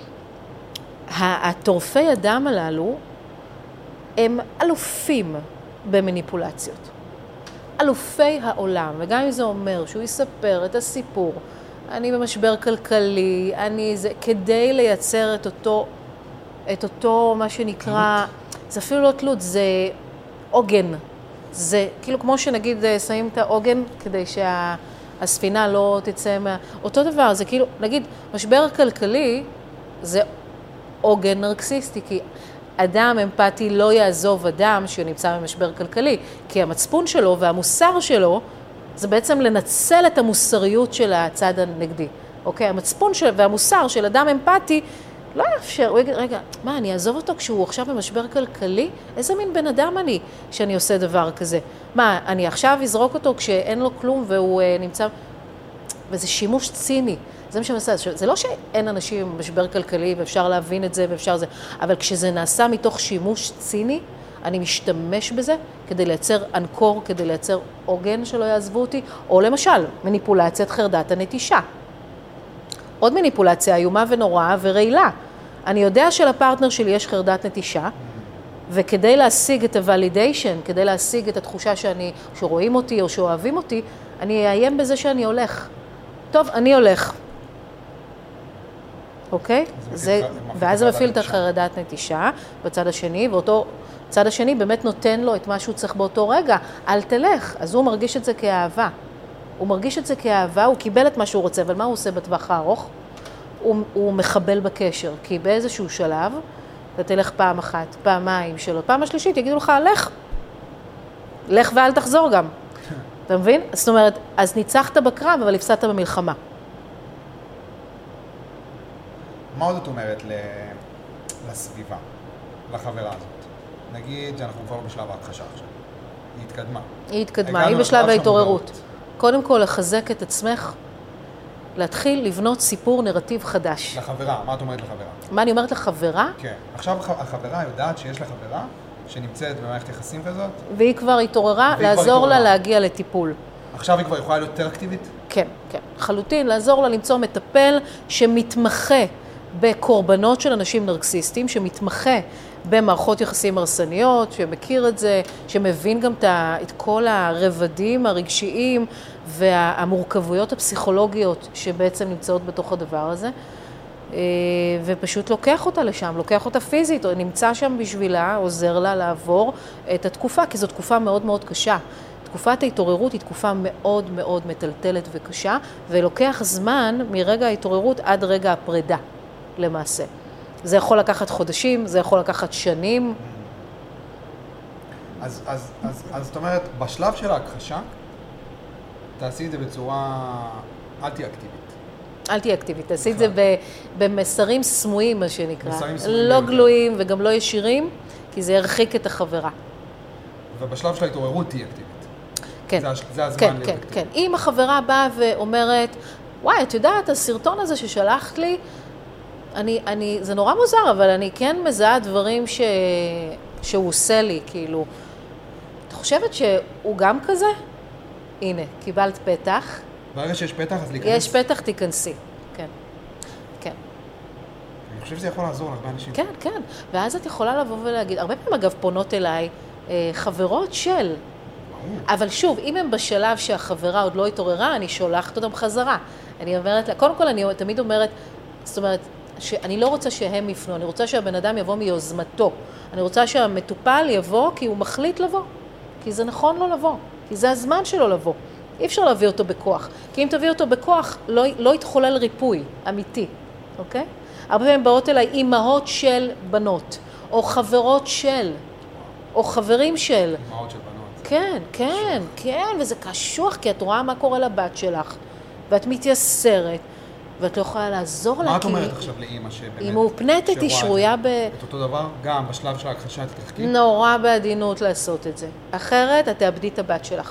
הטורפי אדם הללו, הם אלופים במניפולציות. אלופי העולם, וגם אם זה אומר שהוא יספר את הסיפור, אני במשבר כלכלי, כדי לייצר את אותו מה שנקרא, זה אפילו לא תלות, זה עוגן. זה כאילו כמו שנגיד שמים את העוגן כדי שהספינה לא תצא אותו דבר, זה כאילו, נגיד, משבר כלכלי זה עוגן נרקסיסטי, כי אדם אמפתי לא יעזוב אדם שנמצא במשבר כלכלי, כי המצפון שלו והמוסר שלו, זה בעצם לנצל את המוסריות של הצד הנגדי. אוקיי? המצפון והמוסר של אדם אמפתי לא יאפשר, הוא יגיד, רגע, מה, אני אעזוב אותו כשהוא עכשיו במשבר כלכלי? איזה מין בן אדם אני שאני עושה דבר כזה? מה, אני עכשיו אזרוק אותו כשאין לו כלום והוא נמצא... וזה שימוש ציני. זה מה שמנסה. זה לא שאין אנשים במשבר כלכלי ואפשר להבין את זה ואפשר זה, אבל כשזה נעשה מתוך שימוש ציני, אני משתמש בזה כדי לייצר אנקור, כדי לייצר עוגן שלא יעזבו אותי, או למשל, מניפולציית חרדת הנטישה. עוד מניפולציה איומה ונוראה ורעילה. אני יודע שלפרטנר שלי יש חרדת נטישה, וכדי להשיג את הוולידיישן, כדי להשיג את התחושה שרואים אותי או שאוהבים אותי, אני אאיים בזה שאני הולך. טוב, אני הולך. אוקיי? ואז זה מפעיל את החרדת נטישה בצד השני, ואותו צד השני באמת נותן לו את מה שהוא צריך באותו רגע. אל תלך. אז הוא מרגיש את זה כאהבה. הוא מרגיש את זה כאהבה, הוא קיבל את מה שהוא רוצה, אבל מה הוא עושה בטווח הארוך? הוא מחבל בקשר, כי באיזשהו שלב, אתה תלך פעם אחת, פעמיים, שלו, פעם השלישית, יגידו לך, לך ואל תחזור גם. אתה מבין? זאת אומרת, אז ניצחת בקרב, אבל הפסדת במלחמה. מה עוד את אומרת לסביבה, לחברה הזאת? נגיד שאנחנו כבר בשלב ההכחשה עכשיו. היא התקדמה. היא בשלב ההתעוררות. קודם כל, לחזק את עצמך, להתחיל לבנות סיפור נרטיב חדש. לחברה, מה את אומרת לחברה? מה אני אומרת לחברה? כן. עכשיו החברה יודעת שיש לחברה שנמצאת במערכת יחסים כזאת? והיא כבר התעוררה, לעזור לה להגיע לטיפול. עכשיו היא כבר יכולה להיות יותר אקטיבית? כן, כן. חלוטין, לעזור לה למצוא מטפל שמתמחה בקורבנות של אנשים נרקסיסטים, שמתמחה במערכות יחסים הרסניות, שמכיר את זה, שמבין גם את כל הרבדים הרגשיים והמורכבויות הפסיכולוגיות שבעצם נמצאות בתוך הדבר הזה, ופשוט לוקח אותה לשם, לוקח אותה פיזית, או נמצא שם בשבילה, עוזר לה לעבור את התקופה, כי זו תקופה מאוד מאוד קשה. תקופת ההתעוררות היא תקופה מאוד מאוד מטלטלת וקשה, ולוקח זמן מרגע ההתעוררות עד רגע הפרידה, למעשה. זה יכול לקחת חודשים, זה יכול לקחת שנים. אז זאת אומרת, בשלב של ההכחשה, תעשי את זה בצורה אל תהיה אקטיבית. אל תהיה אקטיבית, תעשי את זה במסרים סמויים, מה שנקרא. מסרים סמויים. לא גלויים וגם לא ישירים, כי זה ירחיק את החברה. ובשלב של ההתעוררות תהיה אקטיבית. כן. זה הזמן כן, להיות כן, אקטיבי. כן. אם החברה באה ואומרת, וואי, את יודעת, הסרטון הזה ששלחת לי, זה נורא מוזר, אבל אני כן מזהה דברים שהוא עושה לי, כאילו. את חושבת שהוא גם כזה? הנה, קיבלת פתח. ברגע שיש פתח, אז להיכנס. יש פתח, תיכנסי. כן, כן. אני חושב שזה יכול לעזור להרבה אנשים. כן, כן. ואז את יכולה לבוא ולהגיד, הרבה פעמים אגב פונות אליי חברות של, אבל שוב, אם הם בשלב שהחברה עוד לא התעוררה, אני שולחת אותם חזרה. אני אומרת לה, קודם כל אני תמיד אומרת, זאת אומרת, שאני לא רוצה שהם יפנו, אני רוצה שהבן אדם יבוא מיוזמתו. אני רוצה שהמטופל יבוא כי הוא מחליט לבוא. כי זה נכון לו לבוא. כי זה הזמן שלו לבוא. אי אפשר להביא אותו בכוח. כי אם תביא אותו בכוח, לא יתחולל ריפוי אמיתי. אוקיי? הרבה פעמים באות אליי אימהות של בנות, או חברות של, או חברים של. אימהות של בנות. כן, כן, כן, וזה קשוח, כי את רואה מה קורה לבת שלך, ואת מתייסרת, ואת לא יכולה לעזור לה. מה את אומרת עכשיו לאמא שבאמת... היא מאופנטת, היא שרויה את אותו דבר, גם בשלב של ההכחשה תתרחקי? נורא בעדינות לעשות את זה. אחרת, את תאבדי את הבת שלך.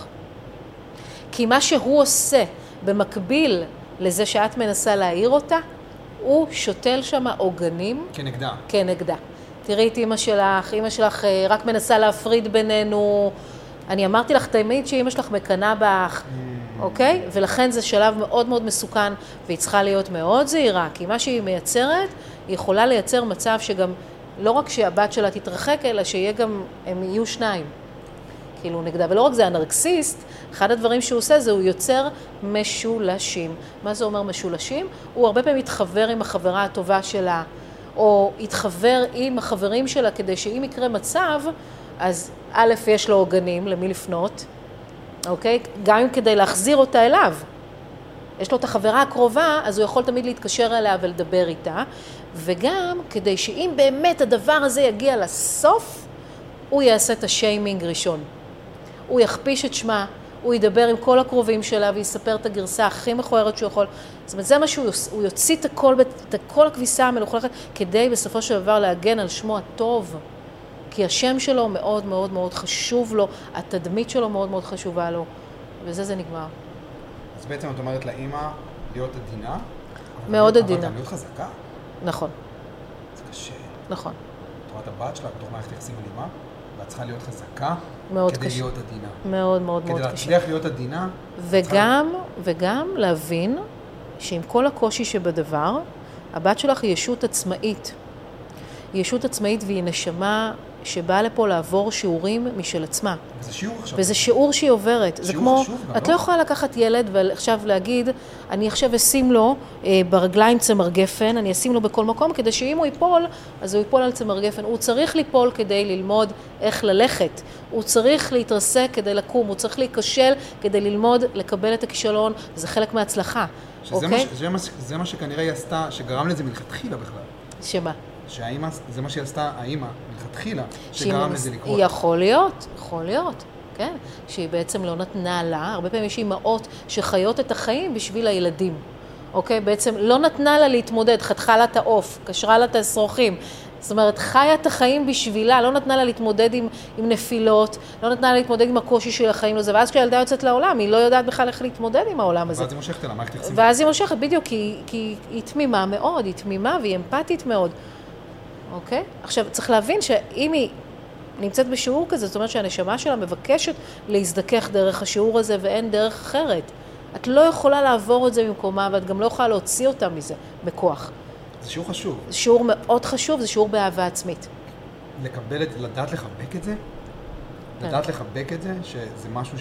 כי מה שהוא עושה, במקביל לזה שאת מנסה להעיר אותה, הוא שותל שם עוגנים. כנגדה. כנגדה. תראי את אמא שלך רק מנסה להפריד בינינו. אני אמרתי לך תמיד שאמא שלך מקנה בך, אוקיי? ולכן זה שלב מאוד מאוד מסוכן, והיא צריכה להיות מאוד זהירה, כי מה שהיא מייצרת, היא יכולה לייצר מצב שגם, לא רק שהבת שלה תתרחק, אלא שיהיה גם, הם יהיו שניים. כאילו נגדה, ולא רק זה, הנרקסיסט, אחד הדברים שהוא עושה זה הוא יוצר משולשים. מה זה אומר משולשים? הוא הרבה פעמים יתחבר עם החברה הטובה שלה, או יתחבר עם החברים שלה כדי שאם יקרה מצב, אז א' יש לו עוגנים למי לפנות, אוקיי? גם אם כדי להחזיר אותה אליו. יש לו את החברה הקרובה, אז הוא יכול תמיד להתקשר אליה ולדבר איתה, וגם כדי שאם באמת הדבר הזה יגיע לסוף, הוא יעשה את השיימינג ראשון. הוא יכפיש את שמה, הוא ידבר עם כל הקרובים שלה ויספר את הגרסה הכי מכוערת שהוא יכול. זאת אומרת, זה מה הוא יוציא את כל הכביסה המלוכלכת, כדי בסופו של דבר להגן על שמו הטוב. כי השם שלו מאוד מאוד מאוד חשוב לו, התדמית שלו מאוד מאוד חשובה לו, וזה זה נגמר. אז בעצם את אומרת לאמא להיות עדינה? מאוד עדינה. אבל גם להיות חזקה? נכון. זה קשה. נכון. את רואה את הבת שלה בתוך מערכת יחסים אלימה, ואת צריכה להיות חזקה כדי להיות עדינה. מאוד מאוד מאוד קשה. כדי להצליח להיות עדינה. וגם להבין שעם כל הקושי שבדבר, הבת שלך היא ישות עצמאית. היא ישות עצמאית והיא נשמה שבאה לפה לעבור שיעורים משל עצמה. וזה שיעור עכשיו. וזה שיעור שהיא עוברת. זה כמו, חשוב, את לא יכולה לקחת ילד ועכשיו להגיד, אני עכשיו אשים לו ברגליים צמר גפן, אני אשים לו בכל מקום, כדי שאם הוא ייפול, אז הוא ייפול על צמר גפן. הוא צריך ליפול כדי ללמוד איך ללכת. הוא צריך להתרסק כדי לקום, הוא צריך להיכשל כדי ללמוד, לקבל את הכישלון. זה חלק מההצלחה. זה מה שכנראה היא עשתה, שגרם לזה מלכתחילה בכלל. שמה? שהאימא, זה מה שהיא עשתה, האימא, מלכתחילה, שגרם לזה לקרות. יכול להיות, כן. שהיא בעצם לא נתנה לה, הרבה פעמים יש אימהות שחיות את החיים בשביל הילדים. אוקיי? בעצם לא נתנה לה להתמודד, חתכה לה את העוף, קשרה לה את השרוכים. זאת אומרת, חיה את החיים בשבילה, לא נתנה לה להתמודד עם נפילות, לא נתנה לה להתמודד עם הקושי של החיים לזה, ואז כשהילדה יוצאת לעולם, היא לא יודעת בכלל איך להתמודד עם העולם הזה. ואז היא מושכת לה, מערכת יחסים. ואז היא מושכת, בדיוק, כי היא תמימה מאוד, היא תמימה והיא אמפתית מאוד. אוקיי? עכשיו, צריך להבין שאם היא נמצאת בשיעור כזה, זאת אומרת שהנשמה שלה מבקשת להזדכך דרך השיעור הזה ואין דרך אחרת. את לא יכולה לעבור את זה במקומה, ואת גם לא יכולה להוציא אותה מזה בכוח. זה שיעור חשוב. זה שיעור מאוד חשוב, זה שיעור באהבה עצמית. לקבל את, לדעת לחבק את זה? כן. לדעת לחבק את זה, שזה משהו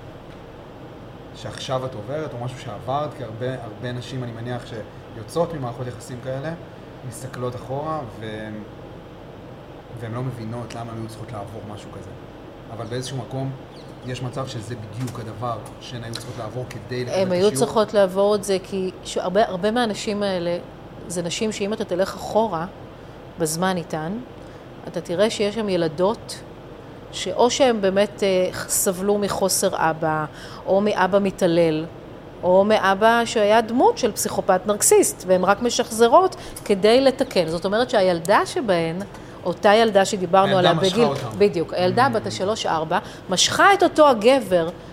שעכשיו את עוברת, או משהו שעברת, כי הרבה נשים, אני מניח, שיוצאות ממערכות יחסים כאלה, מסתכלות אחורה, והן לא מבינות למה הן היו צריכות לעבור משהו כזה. אבל באיזשהו מקום יש מצב שזה בדיוק הדבר שהן היו צריכות לעבור כדי לקבל את השיעור. הן היו צריכות לעבור את זה כי הרבה מהאנשים האלה, זה נשים שאם אתה תלך אחורה בזמן איתן, אתה תראה שיש שם ילדות שאו שהן באמת סבלו מחוסר אבא, או מאבא מתעלל, או מאבא שהיה דמות של פסיכופת נרקסיסט, והן רק משחזרות כדי לתקן. זאת אומרת שהילדה שבהן, אותה ילדה שדיברנו עליה בגיל, בדיוק, הילדה בת ה3-4, משכה את אותו הגבר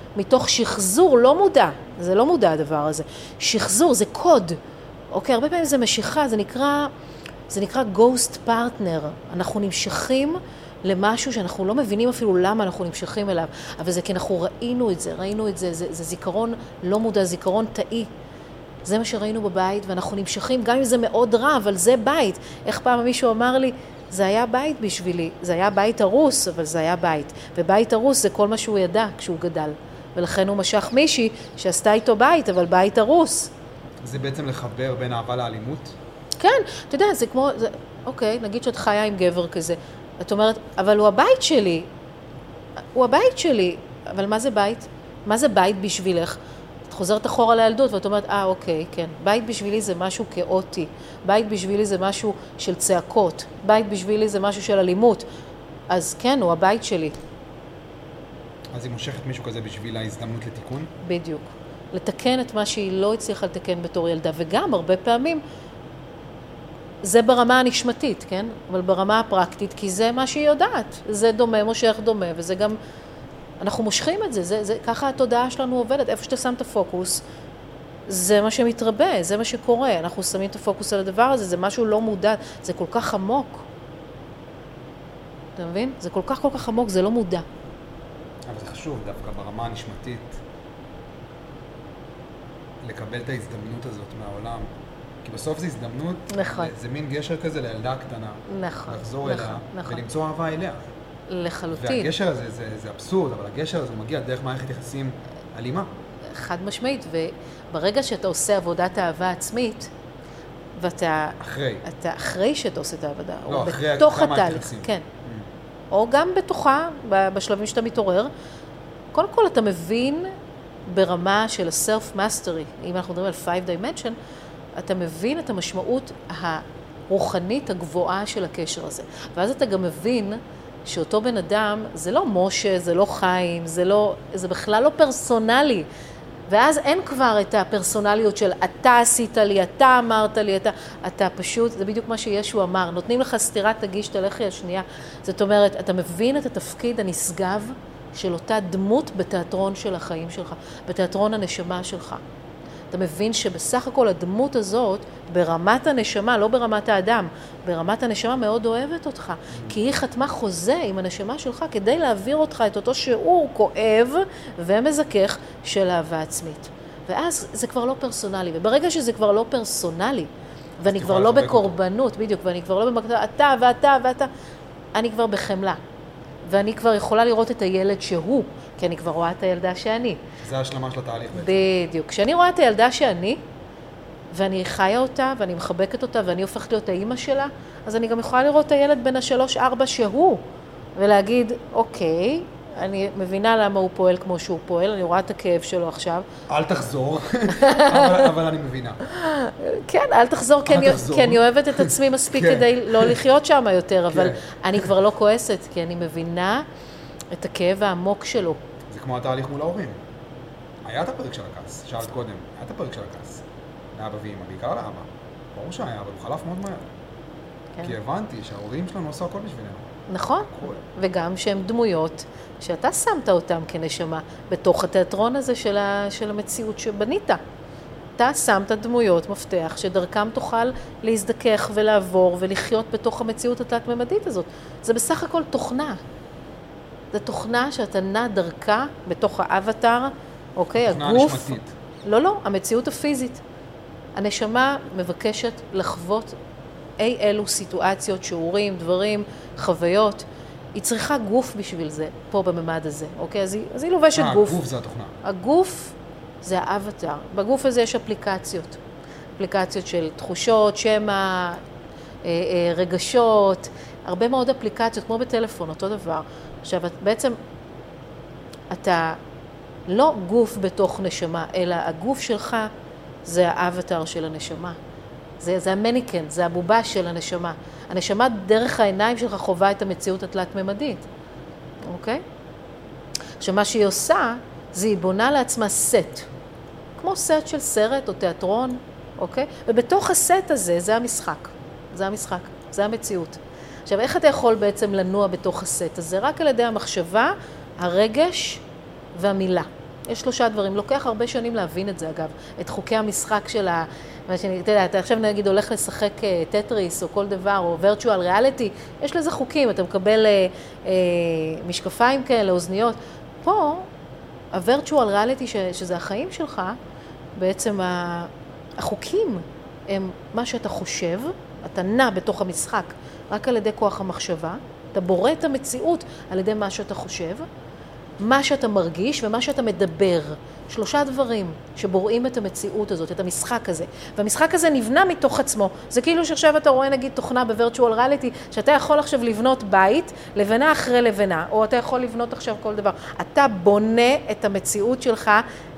מתוך שחזור לא מודע, זה לא מודע הדבר הזה, שחזור זה קוד, אוקיי? הרבה פעמים זה משיכה, זה נקרא ghost partner, אנחנו נמשכים למשהו שאנחנו לא מבינים אפילו למה אנחנו נמשכים אליו, אבל זה כי אנחנו ראינו את זה, זה זיכרון לא מודע, זיכרון תאי. זה מה שראינו בבית, ואנחנו נמשכים, גם אם זה מאוד רע, אבל זה בית. איך פעם מישהו אמר לי, זה היה בית בשבילי, זה היה בית הרוס, אבל זה היה בית. ובית הרוס זה כל מה שהוא ידע כשהוא גדל. ולכן הוא משך מישהי שעשתה איתו בית, אבל בית הרוס. זה בעצם לחבר בין אהבה לאלימות? כן, אתה יודע, זה כמו, אוקיי, נגיד שאת חיה עם גבר כזה. את אומרת, אבל הוא הבית שלי. הוא הבית שלי. אבל מה זה בית? מה זה בית בשבילך? את חוזרת אחורה לילדות ואת אומרת, אוקיי, כן. בית בשבילי זה משהו כאוטי. בית בשבילי זה משהו של צעקות. בית בשבילי זה משהו של אלימות. אז כן, הוא הבית שלי. אז היא מושכת מישהו כזה בשביל ההזדמנות לתיקון? בדיוק. לתקן את מה שהיא לא הצליחה לתקן בתור ילדה. וגם הרבה פעמים, זה ברמה הנשמתית, כן? אבל ברמה הפרקטית, כי זה מה שהיא יודעת. זה דומה, מושך דומה, וזה גם, אנחנו מושכים את זה. ככה התודעה שלנו עובדת. איפה שאתה שם את הפוקוס, זה מה שמתרבה, זה מה שקורה. אנחנו שמים את הפוקוס על הדבר הזה, זה משהו לא מודע, זה כל כך עמוק. אתה מבין? זה כל כך עמוק, זה לא מודע. אבל זה חשוב דווקא ברמה הנשמתית, לקבל את ההזדמנות הזאת מהעולם. כי בסוף זו הזדמנות, נכון. זה מין גשר כזה לילדה קטנה. נכון. לחזור אליה ולמצוא אהבה אליה. לחלוטין. והגשר הזה, זה אבסורד, אבל הגשר הזה מגיע דרך מערכת יחסים אלימה. חד משמעית, וברגע שאתה עושה עבודת אהבה עצמית, ואתה... אחרי שאתה עושה את העבודה, לא, או אחרי בתוך כמה התהליך, יחסים. כן. או גם בתוכה, בשלבים שאתה מתעורר, קודם כל אתה מבין ברמה של ה-self-mastery, אם אנחנו מדברים על 5 dimension, אתה מבין את המשמעות הרוחנית הגבוהה של הקשר הזה. ואז אתה גם מבין שאותו בן אדם, זה לא משה, זה לא חיים, זה בכלל לא פרסונלי. ואז אין כבר את הפרסונליות של אתה עשית לי, אתה אמרת לי, אתה פשוט, זה בדיוק מה שישו אמר, נותנים לך סתירה, תגיש את הלחי השנייה. זאת אומרת, אתה מבין את התפקיד הנשגב של אותה דמות בתיאטרון של החיים שלך, בתיאטרון הנשמה שלך. אתה מבין שבסך הכל הדמות הזאת, ברמת הנשמה, לא ברמת האדם, ברמת הנשמה מאוד אוהבת אותך, כי היא חתמה חוזה עם הנשמה שלך כדי להעביר אותך את אותו שיעור כואב ומזכך של אהבה עצמית. ואז זה כבר לא פרסונלי, וברגע שזה כבר לא פרסונלי, ואני כבר לא בקורבנות, בדיוק, ואני כבר לא במקום, אתה ואתה ואתה, אני כבר בחמלה. ואני כבר יכולה לראות את הילד שהוא, כי אני כבר רואה את הילדה שאני. זה ההשלמה של התהליך בעצם. בדיוק. כשאני רואה את הילדה שאני, ואני חיה אותה, ואני מחבקת אותה, ואני הופכת להיות האמא שלה, אז אני גם יכולה לראות את הילד בין 3-4 שהוא, ולהגיד, אוקיי, אני מבינה למה הוא פועל כמו שהוא פועל, אני רואה את הכאב שלו עכשיו. אל תחזור, אבל אני מבינה. כן, אל תחזור, כי אני אוהבת את עצמי מספיק כדי לא לחיות שם יותר, אבל אני כבר לא כועסת, כי אני מבינה את הכאב העמוק שלו. זה כמו התהליך מול ההורים. היה את הפרק של הכעס, שאלת קודם, היה את הפרק של הכעס. לאבא ואמא, בעיקר לאבא. ברור שהיה, אבל הוא חלף מאוד מהר. כי הבנתי שההורים שלנו עשו הכל בשבילנו. נכון, וגם שהם דמויות שאתה שמת אותם כנשמה בתוך התיאטרון הזה של המציאות שבנית. אתה שמת דמויות מפתח שדרכם תוכל להזדכך ולעבור ולחיות בתוך המציאות התלת-ממדית הזאת. זה בסך הכל תוכנה. זה תוכנה שאתה נע דרכה בתוך האבטר, אוקיי, הגוף. תוכנה נשמתית. לא, המציאות הפיזית. הנשמה מבקשת לחוות אלו סיטואציות, שיעורים, דברים, חוויות. היא צריכה גוף בשביל זה, פה בממד הזה, אוקיי? אז היא לובשת גוף. הגוף זה התוכנה. הגוף זה האבטר. בגוף הזה יש אפליקציות. אפליקציות של תחושות, שמע, רגשות, הרבה מאוד אפליקציות, כמו בטלפון, אותו דבר. עכשיו, בעצם אתה לא גוף בתוך נשמה, אלא הגוף שלך זה האבטר של הנשמה. זה המניקן, זה הבובה של הנשמה. הנשמה דרך העיניים שלך חובה את המציאות התלת-ממדית. אוקיי? שמה שהיא עושה, זה היא בונה לעצמה סט. כמו סט של סרט או תיאטרון, אוקיי? ובתוך הסט הזה, זה המשחק. זה המשחק, זה המציאות. עכשיו, איך אתה יכול בעצם לנוע בתוך הסט הזה? רק על ידי המחשבה, הרגש והמילה. יש 3 דברים. לוקח הרבה שנים להבין את זה, אגב. את חוקי המשחק של מה שאני, אתה יודע, אתה עכשיו נגיד הולך לשחק טטריס או כל דבר, או virtual reality, יש לזה חוקים, אתה מקבל משקפיים כאלה, אוזניות. פה, ה-virtual reality שזה החיים שלך, בעצם החוקים הם מה שאתה חושב, אתה נע בתוך המשחק רק על ידי כוח המחשבה, אתה בורא את המציאות על ידי מה שאתה חושב, מה שאתה מרגיש ומה שאתה מדבר. 3 דברים שבוראים את המציאות הזאת, את המשחק הזה. והמשחק הזה נבנה מתוך עצמו. זה כאילו שעכשיו אתה רואה נגיד תוכנה בווירטואל ריאליטי, שאתה יכול עכשיו לבנות בית, לבנה אחרי לבנה, או אתה יכול לבנות עכשיו כל דבר. אתה בונה את המציאות שלך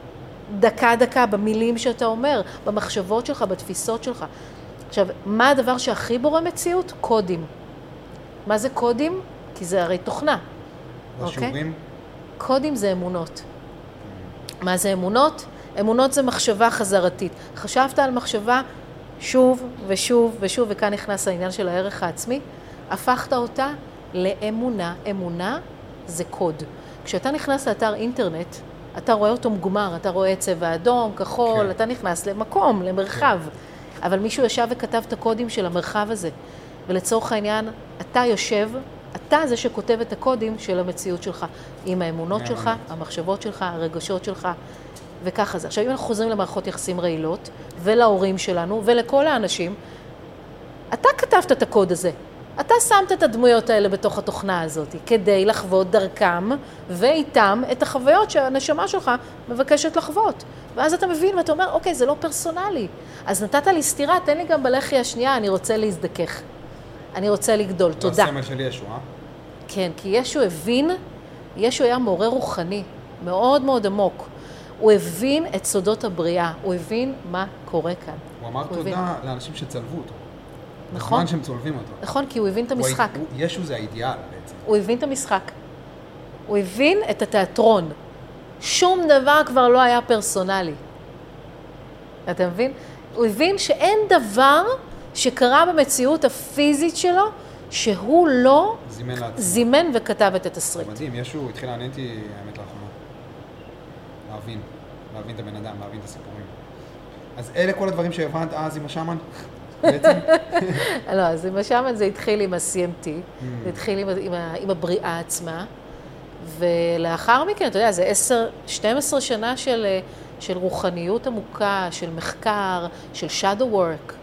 דקה במילים שאתה אומר, במחשבות שלך, בתפיסות שלך. עכשיו, מה הדבר שהכי בורא מציאות? קודים. מה זה קודים? כי זה הרי תוכנה. בשיעורים? קודים זה אמונות. מה זה אמונות? אמונות זה מחשבה חזרתית. חשבת על מחשבה שוב ושוב ושוב, וכאן נכנס העניין של הערך העצמי, הפכת אותה לאמונה. אמונה זה קוד. כשאתה נכנס לאתר אינטרנט, אתה רואה אותו מגומר, אתה רואה צבע אדום, כחול, אתה נכנס למקום, למרחב. אבל מישהו ישב וכתב את הקודים של המרחב הזה. ולצורך העניין, אתה יושב, אתה זה שכותב את הקודים של המציאות שלך, עם האמונות שלך, המחשבות שלך, הרגשות שלך, וככה זה. עכשיו, אם אנחנו חוזרים למערכות יחסים רעילות, ולהורים שלנו, ולכל האנשים, אתה כתבת את הקוד הזה. אתה שמת את הדמויות האלה בתוך התוכנה הזאת, כדי לחוות דרכם, ואיתם את החוויות שהנשמה שלך מבקשת לחוות. ואז אתה מבין ואתה אומר, אוקיי, זה לא פרסונלי. אז נתת לי סתירה, תן לי גם בלחי השנייה, אני רוצה להזדכך. אני רוצה לגדול, תודה. זה הסמל של ישו, אה? כן, כי ישו הבין, ישו היה מורה רוחני, מאוד מאוד עמוק. הוא הבין את סודות הבריאה, הוא הבין מה קורה כאן. הוא אמר תודה לאנשים שצלבו אותו. נכון. בזמן שהם צולבים אותו. נכון, כי הוא הבין את המשחק. ישו זה האידיאל בעצם. הוא הבין את המשחק. הוא הבין את התיאטרון. שום דבר כבר לא היה פרסונלי. אתה מבין? הוא הבין שאין דבר שקרה במציאות הפיזית שלו, שהוא לא זימן וכתב את התסריט. מדהים, ישו התחיל לעניין אותי האמת לאחרונה. להבין את הבן אדם, להבין את הסיפורים. אז אלה כל הדברים שהבנת אז עם השמן? בעצם? לא, אז עם השמן זה התחיל עם ה-CMT, זה התחיל עם הבריאה עצמה, ולאחר מכן, אתה יודע, זה 12 שנה של רוחניות עמוקה, של מחקר, של shadow work,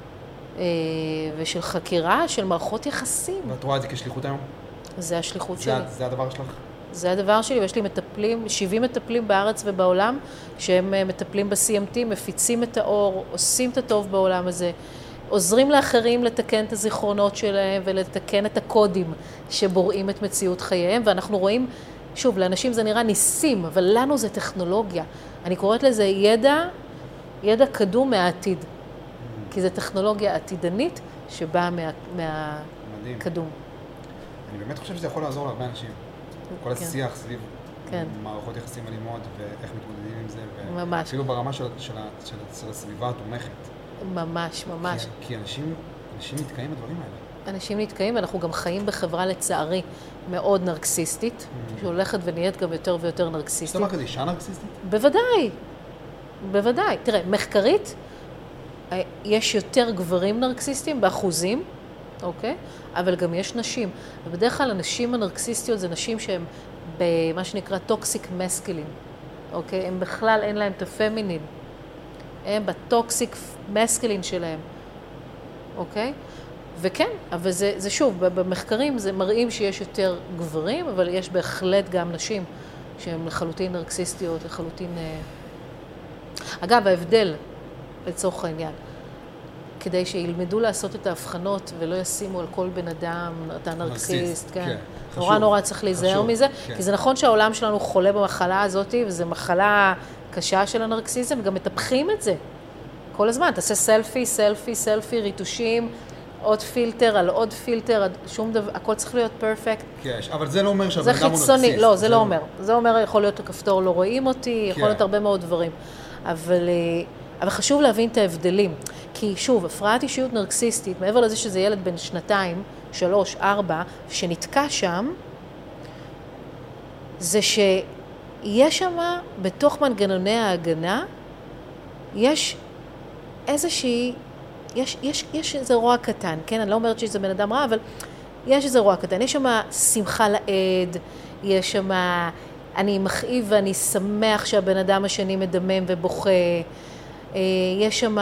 ושל חקירה, של מערכות יחסים. ואת רואה את זה כשליחות היום? זה השליחות שלי. זה הדבר שלך? זה הדבר שלי, ויש לי מטפלים, 70 מטפלים בארץ ובעולם, שהם מטפלים ב-CMT, מפיצים את האור, עושים את הטוב בעולם הזה, עוזרים לאחרים לתקן את הזיכרונות שלהם ולתקן את הקודים שבוראים את מציאות חייהם, ואנחנו רואים, שוב, לאנשים זה נראה ניסים, אבל לנו זה טכנולוגיה. אני קוראת לזה ידע קדום מהעתיד, כי זו טכנולוגיה עתידנית שבאה מהקדום. אני באמת חושב שזה יכול לעזור להרבה אנשים. כל השיח סביב מערכות יחסים אלימות ואיך מתמודדים עם זה. ממש. אפילו ברמה של הסביבה התומכת. ממש, ממש. כי אנשים נתקעים בדברים האלה. אנשים נתקעים, ואנחנו גם חיים בחברה לצערי מאוד נרקסיסטית, שהולכת ונהיית גם יותר ויותר נרקסיסטית. יש דבר כזה אישה נרקסיסטית? בוודאי, בוודאי. תראה, מחקרית, יש יותר גברים נרקסיסטים באחוזים, אוקיי? אבל גם יש נשים. ובדרך כלל הנשים הנרקסיסטיות זה נשים שהן במה שנקרא טוקסיק מסקלין, אוקיי? הם בכלל אין להם את הפמינין. הם בטוקסיק מסקלין שלהם, אוקיי? וכן, אבל זה שוב, במחקרים זה מראים שיש יותר גברים, אבל יש בהחלט גם נשים שהן לחלוטין נרקסיסטיות, לחלוטין... אגב, ההבדל, לצורך העניין, כדי שילמדו לעשות את ההבחנות ולא ישימו על כל בן אדם, אתה נרקסיסט, כן. נורא צריך להיזהר מזה, כי זה נכון שהעולם שלנו חולה במחלה הזאת, וזו מחלה קשה של הנרקסיזם, וגם מטפחים את זה כל הזמן. תעשה סלפי, ריטושים, עוד פילטר על עוד פילטר, שום דבר, הכל צריך להיות פרפקט. כן, אבל זה לא אומר שהבן זה אדם הוא חיצוני, לא, זה לא אומר. זה אומר, יכול להיות הכפתור, לא רואים אותי, יכול להיות הרבה מאוד דברים. אבל חשוב להבין את ההבדלים. כי שוב, הפרעת אישיות נרקסיסטית, מעבר לזה שזה ילד בן 2, 3, 4, שנתקע שם, זה יש שם, בתוך מנגנוני ההגנה, יש איזושהי, יש איזה רוע קטן, כן? אני לא אומרת שזה בן אדם רע, אבל יש איזה רוע קטן. יש שם שמחה לעד, יש שם, אני מכאיב ואני שמח שהבן אדם השני מדמם ובוכה, יש שם,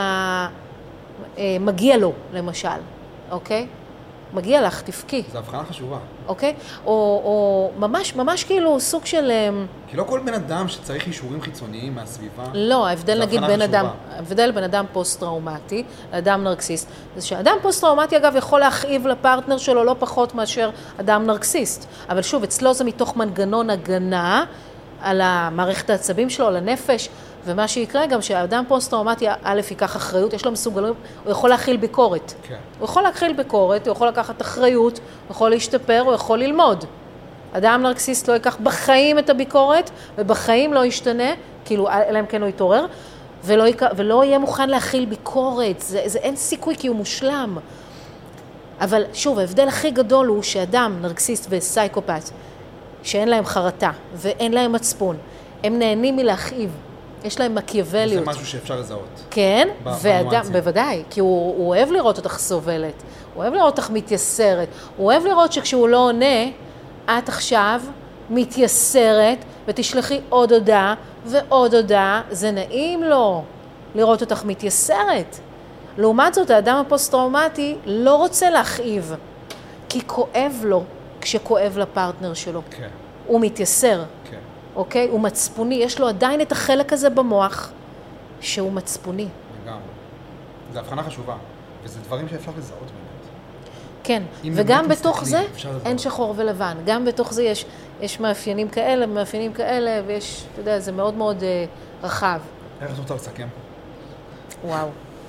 מגיע לו, למשל, אוקיי? מגיע לך, תפקי. זו הבחנה חשובה. אוקיי? או ממש כאילו סוג של... כי לא כל בן אדם שצריך אישורים חיצוניים מהסביבה. לא, ההבדל נגיד ההבדל בין אדם פוסט-טראומטי לאדם נרקסיסט, זה שאדם פוסט-טראומטי אגב יכול להכאיב לפרטנר שלו לא פחות מאשר אדם נרקסיסט. אבל שוב, אצלו זה מתוך מנגנון הגנה על המערכת העצבים שלו, על הנפש, ומה שיקרה גם שהאדם פוסט-טראומטי א' ייקח אחריות, יש לו מסוגלות, הוא יכול להכיל ביקורת. כן. הוא יכול להכיל ביקורת, הוא יכול לקחת אחריות, הוא יכול להשתפר, הוא יכול ללמוד. אדם נרקסיסט לא ייקח בחיים את הביקורת, ובחיים לא ישתנה, כאילו, אלא אם כן הוא יתעורר, ולא יהיה מוכן להכיל ביקורת. זה אין סיכוי כי הוא מושלם. אבל שוב, ההבדל הכי גדול הוא שאדם נרקסיסט וסייקופת, שאין להם חרטה ואין להם מצפון, הם נהנים מלהכאיב. יש להם מקיאווליות. זה משהו שאפשר לזהות. כן, ואדם, בוודאי, כי הוא אוהב לראות אותך סובלת, הוא אוהב לראות אותך מתייסרת, הוא אוהב לראות שכשהוא לא עונה, את עכשיו מתייסרת ותשלחי עוד הודעה ועוד הודעה, זה נעים לו לראות אותך מתייסרת. לעומת זאת, האדם הפוסט-טראומטי לא רוצה להכאיב, כי כואב לו כשכואב לפרטנר שלו. כן. הוא מתייסר. כן. אוקיי? הוא מצפוני, יש לו עדיין את החלק הזה במוח שהוא מצפוני. לגמרי. זו הבחנה חשובה, וזה דברים שאפשר לזהות באמת. כן, וגם בתוך זה אין שחור ולבן. גם בתוך זה יש מאפיינים כאלה, מאפיינים כאלה, ויש, אתה יודע, זה מאוד מאוד רחב. איך את רוצה לסכם? וואו.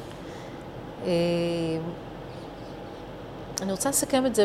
אני רוצה לסכם את זה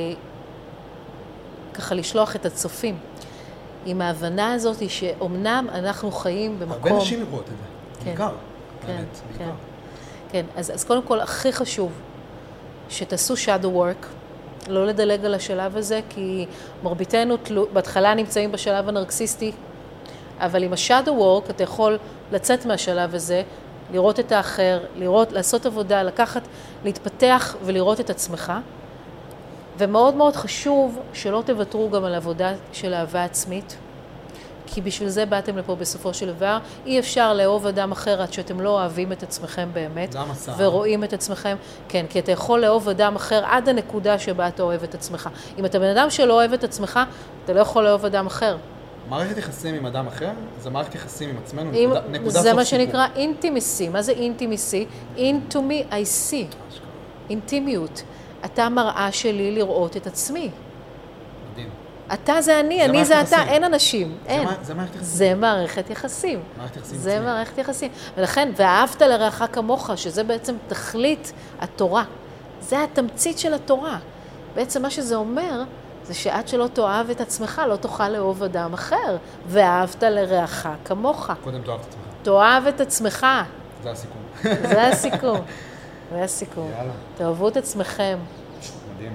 ככה לשלוח את הצופים. עם ההבנה הזאת היא שאומנם אנחנו חיים במקום... הרבה נשים לראות את זה, כן, בעיקר, כן, באמת, כן, בעיקר. כן, אז קודם כל הכי חשוב שתעשו shadow work, לא לדלג על השלב הזה, כי מרביתנו בהתחלה נמצאים בשלב הנרקסיסטי, אבל עם ה-shadow work אתה יכול לצאת מהשלב הזה, לראות את האחר, לעשות עבודה, להתפתח ולראות את עצמך, ומאוד מאוד חשוב שלא תוותרו גם על עבודה של אהבה עצמית, כי בשביל זה באתם לפה בסופו של דבר. אי אפשר לאהוב אדם אחר עד שאתם לא אוהבים את עצמכם באמת, ורואים את עצמכם. כן, כי אתה יכול לאהוב אדם אחר עד הנקודה שבה אתה אוהב את עצמך. אם אתה בן אדם שלא אוהב את עצמך, אתה לא יכול לאהוב אדם אחר. מערכת יחסים עם אדם אחר, זה מערכת יחסים עם עצמנו, נקודה סוף סיפור. זה מה שנקרא intimacy. מה זה intimacy? into me I see. אינטימיות. אתה מראה שלי לראות את עצמי. מדהים. אתה זה אני זה אתה, אין אנשים, אין. זה מערכת יחסים. זה מערכת יחסים. מערכת יחסים. זה מערכת יחסים. ולכן, ואהבת לרעך כמוך, שזה בעצם תכלית התורה. זה התמצית של התורה. בעצם מה שזה אומר, זה שעד שלא תאהב את עצמך, לא תוכל לאהוב אדם אחר. ואהבת לרעך כמוך. קודם תאהב את עצמך. תאהב את עצמך. זה הסיכום. זה הסיכום. זה הסיכום. יאללה. תאהבו את עצמכם. מדהים.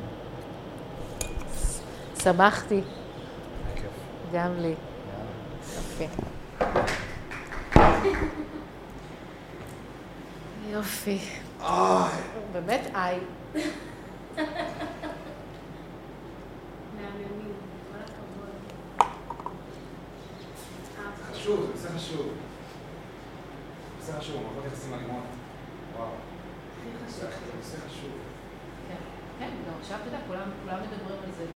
שמחתי. כיף. גם לי. יאללה. יופי. יופי. באמת איי. חשוב, זה נושא חשוב. נושא חשוב, מערכות יחסים אלימות. וואו. זה נושא חשוב. כן, גם עכשיו אתה יודע, כולם מדברים על זה.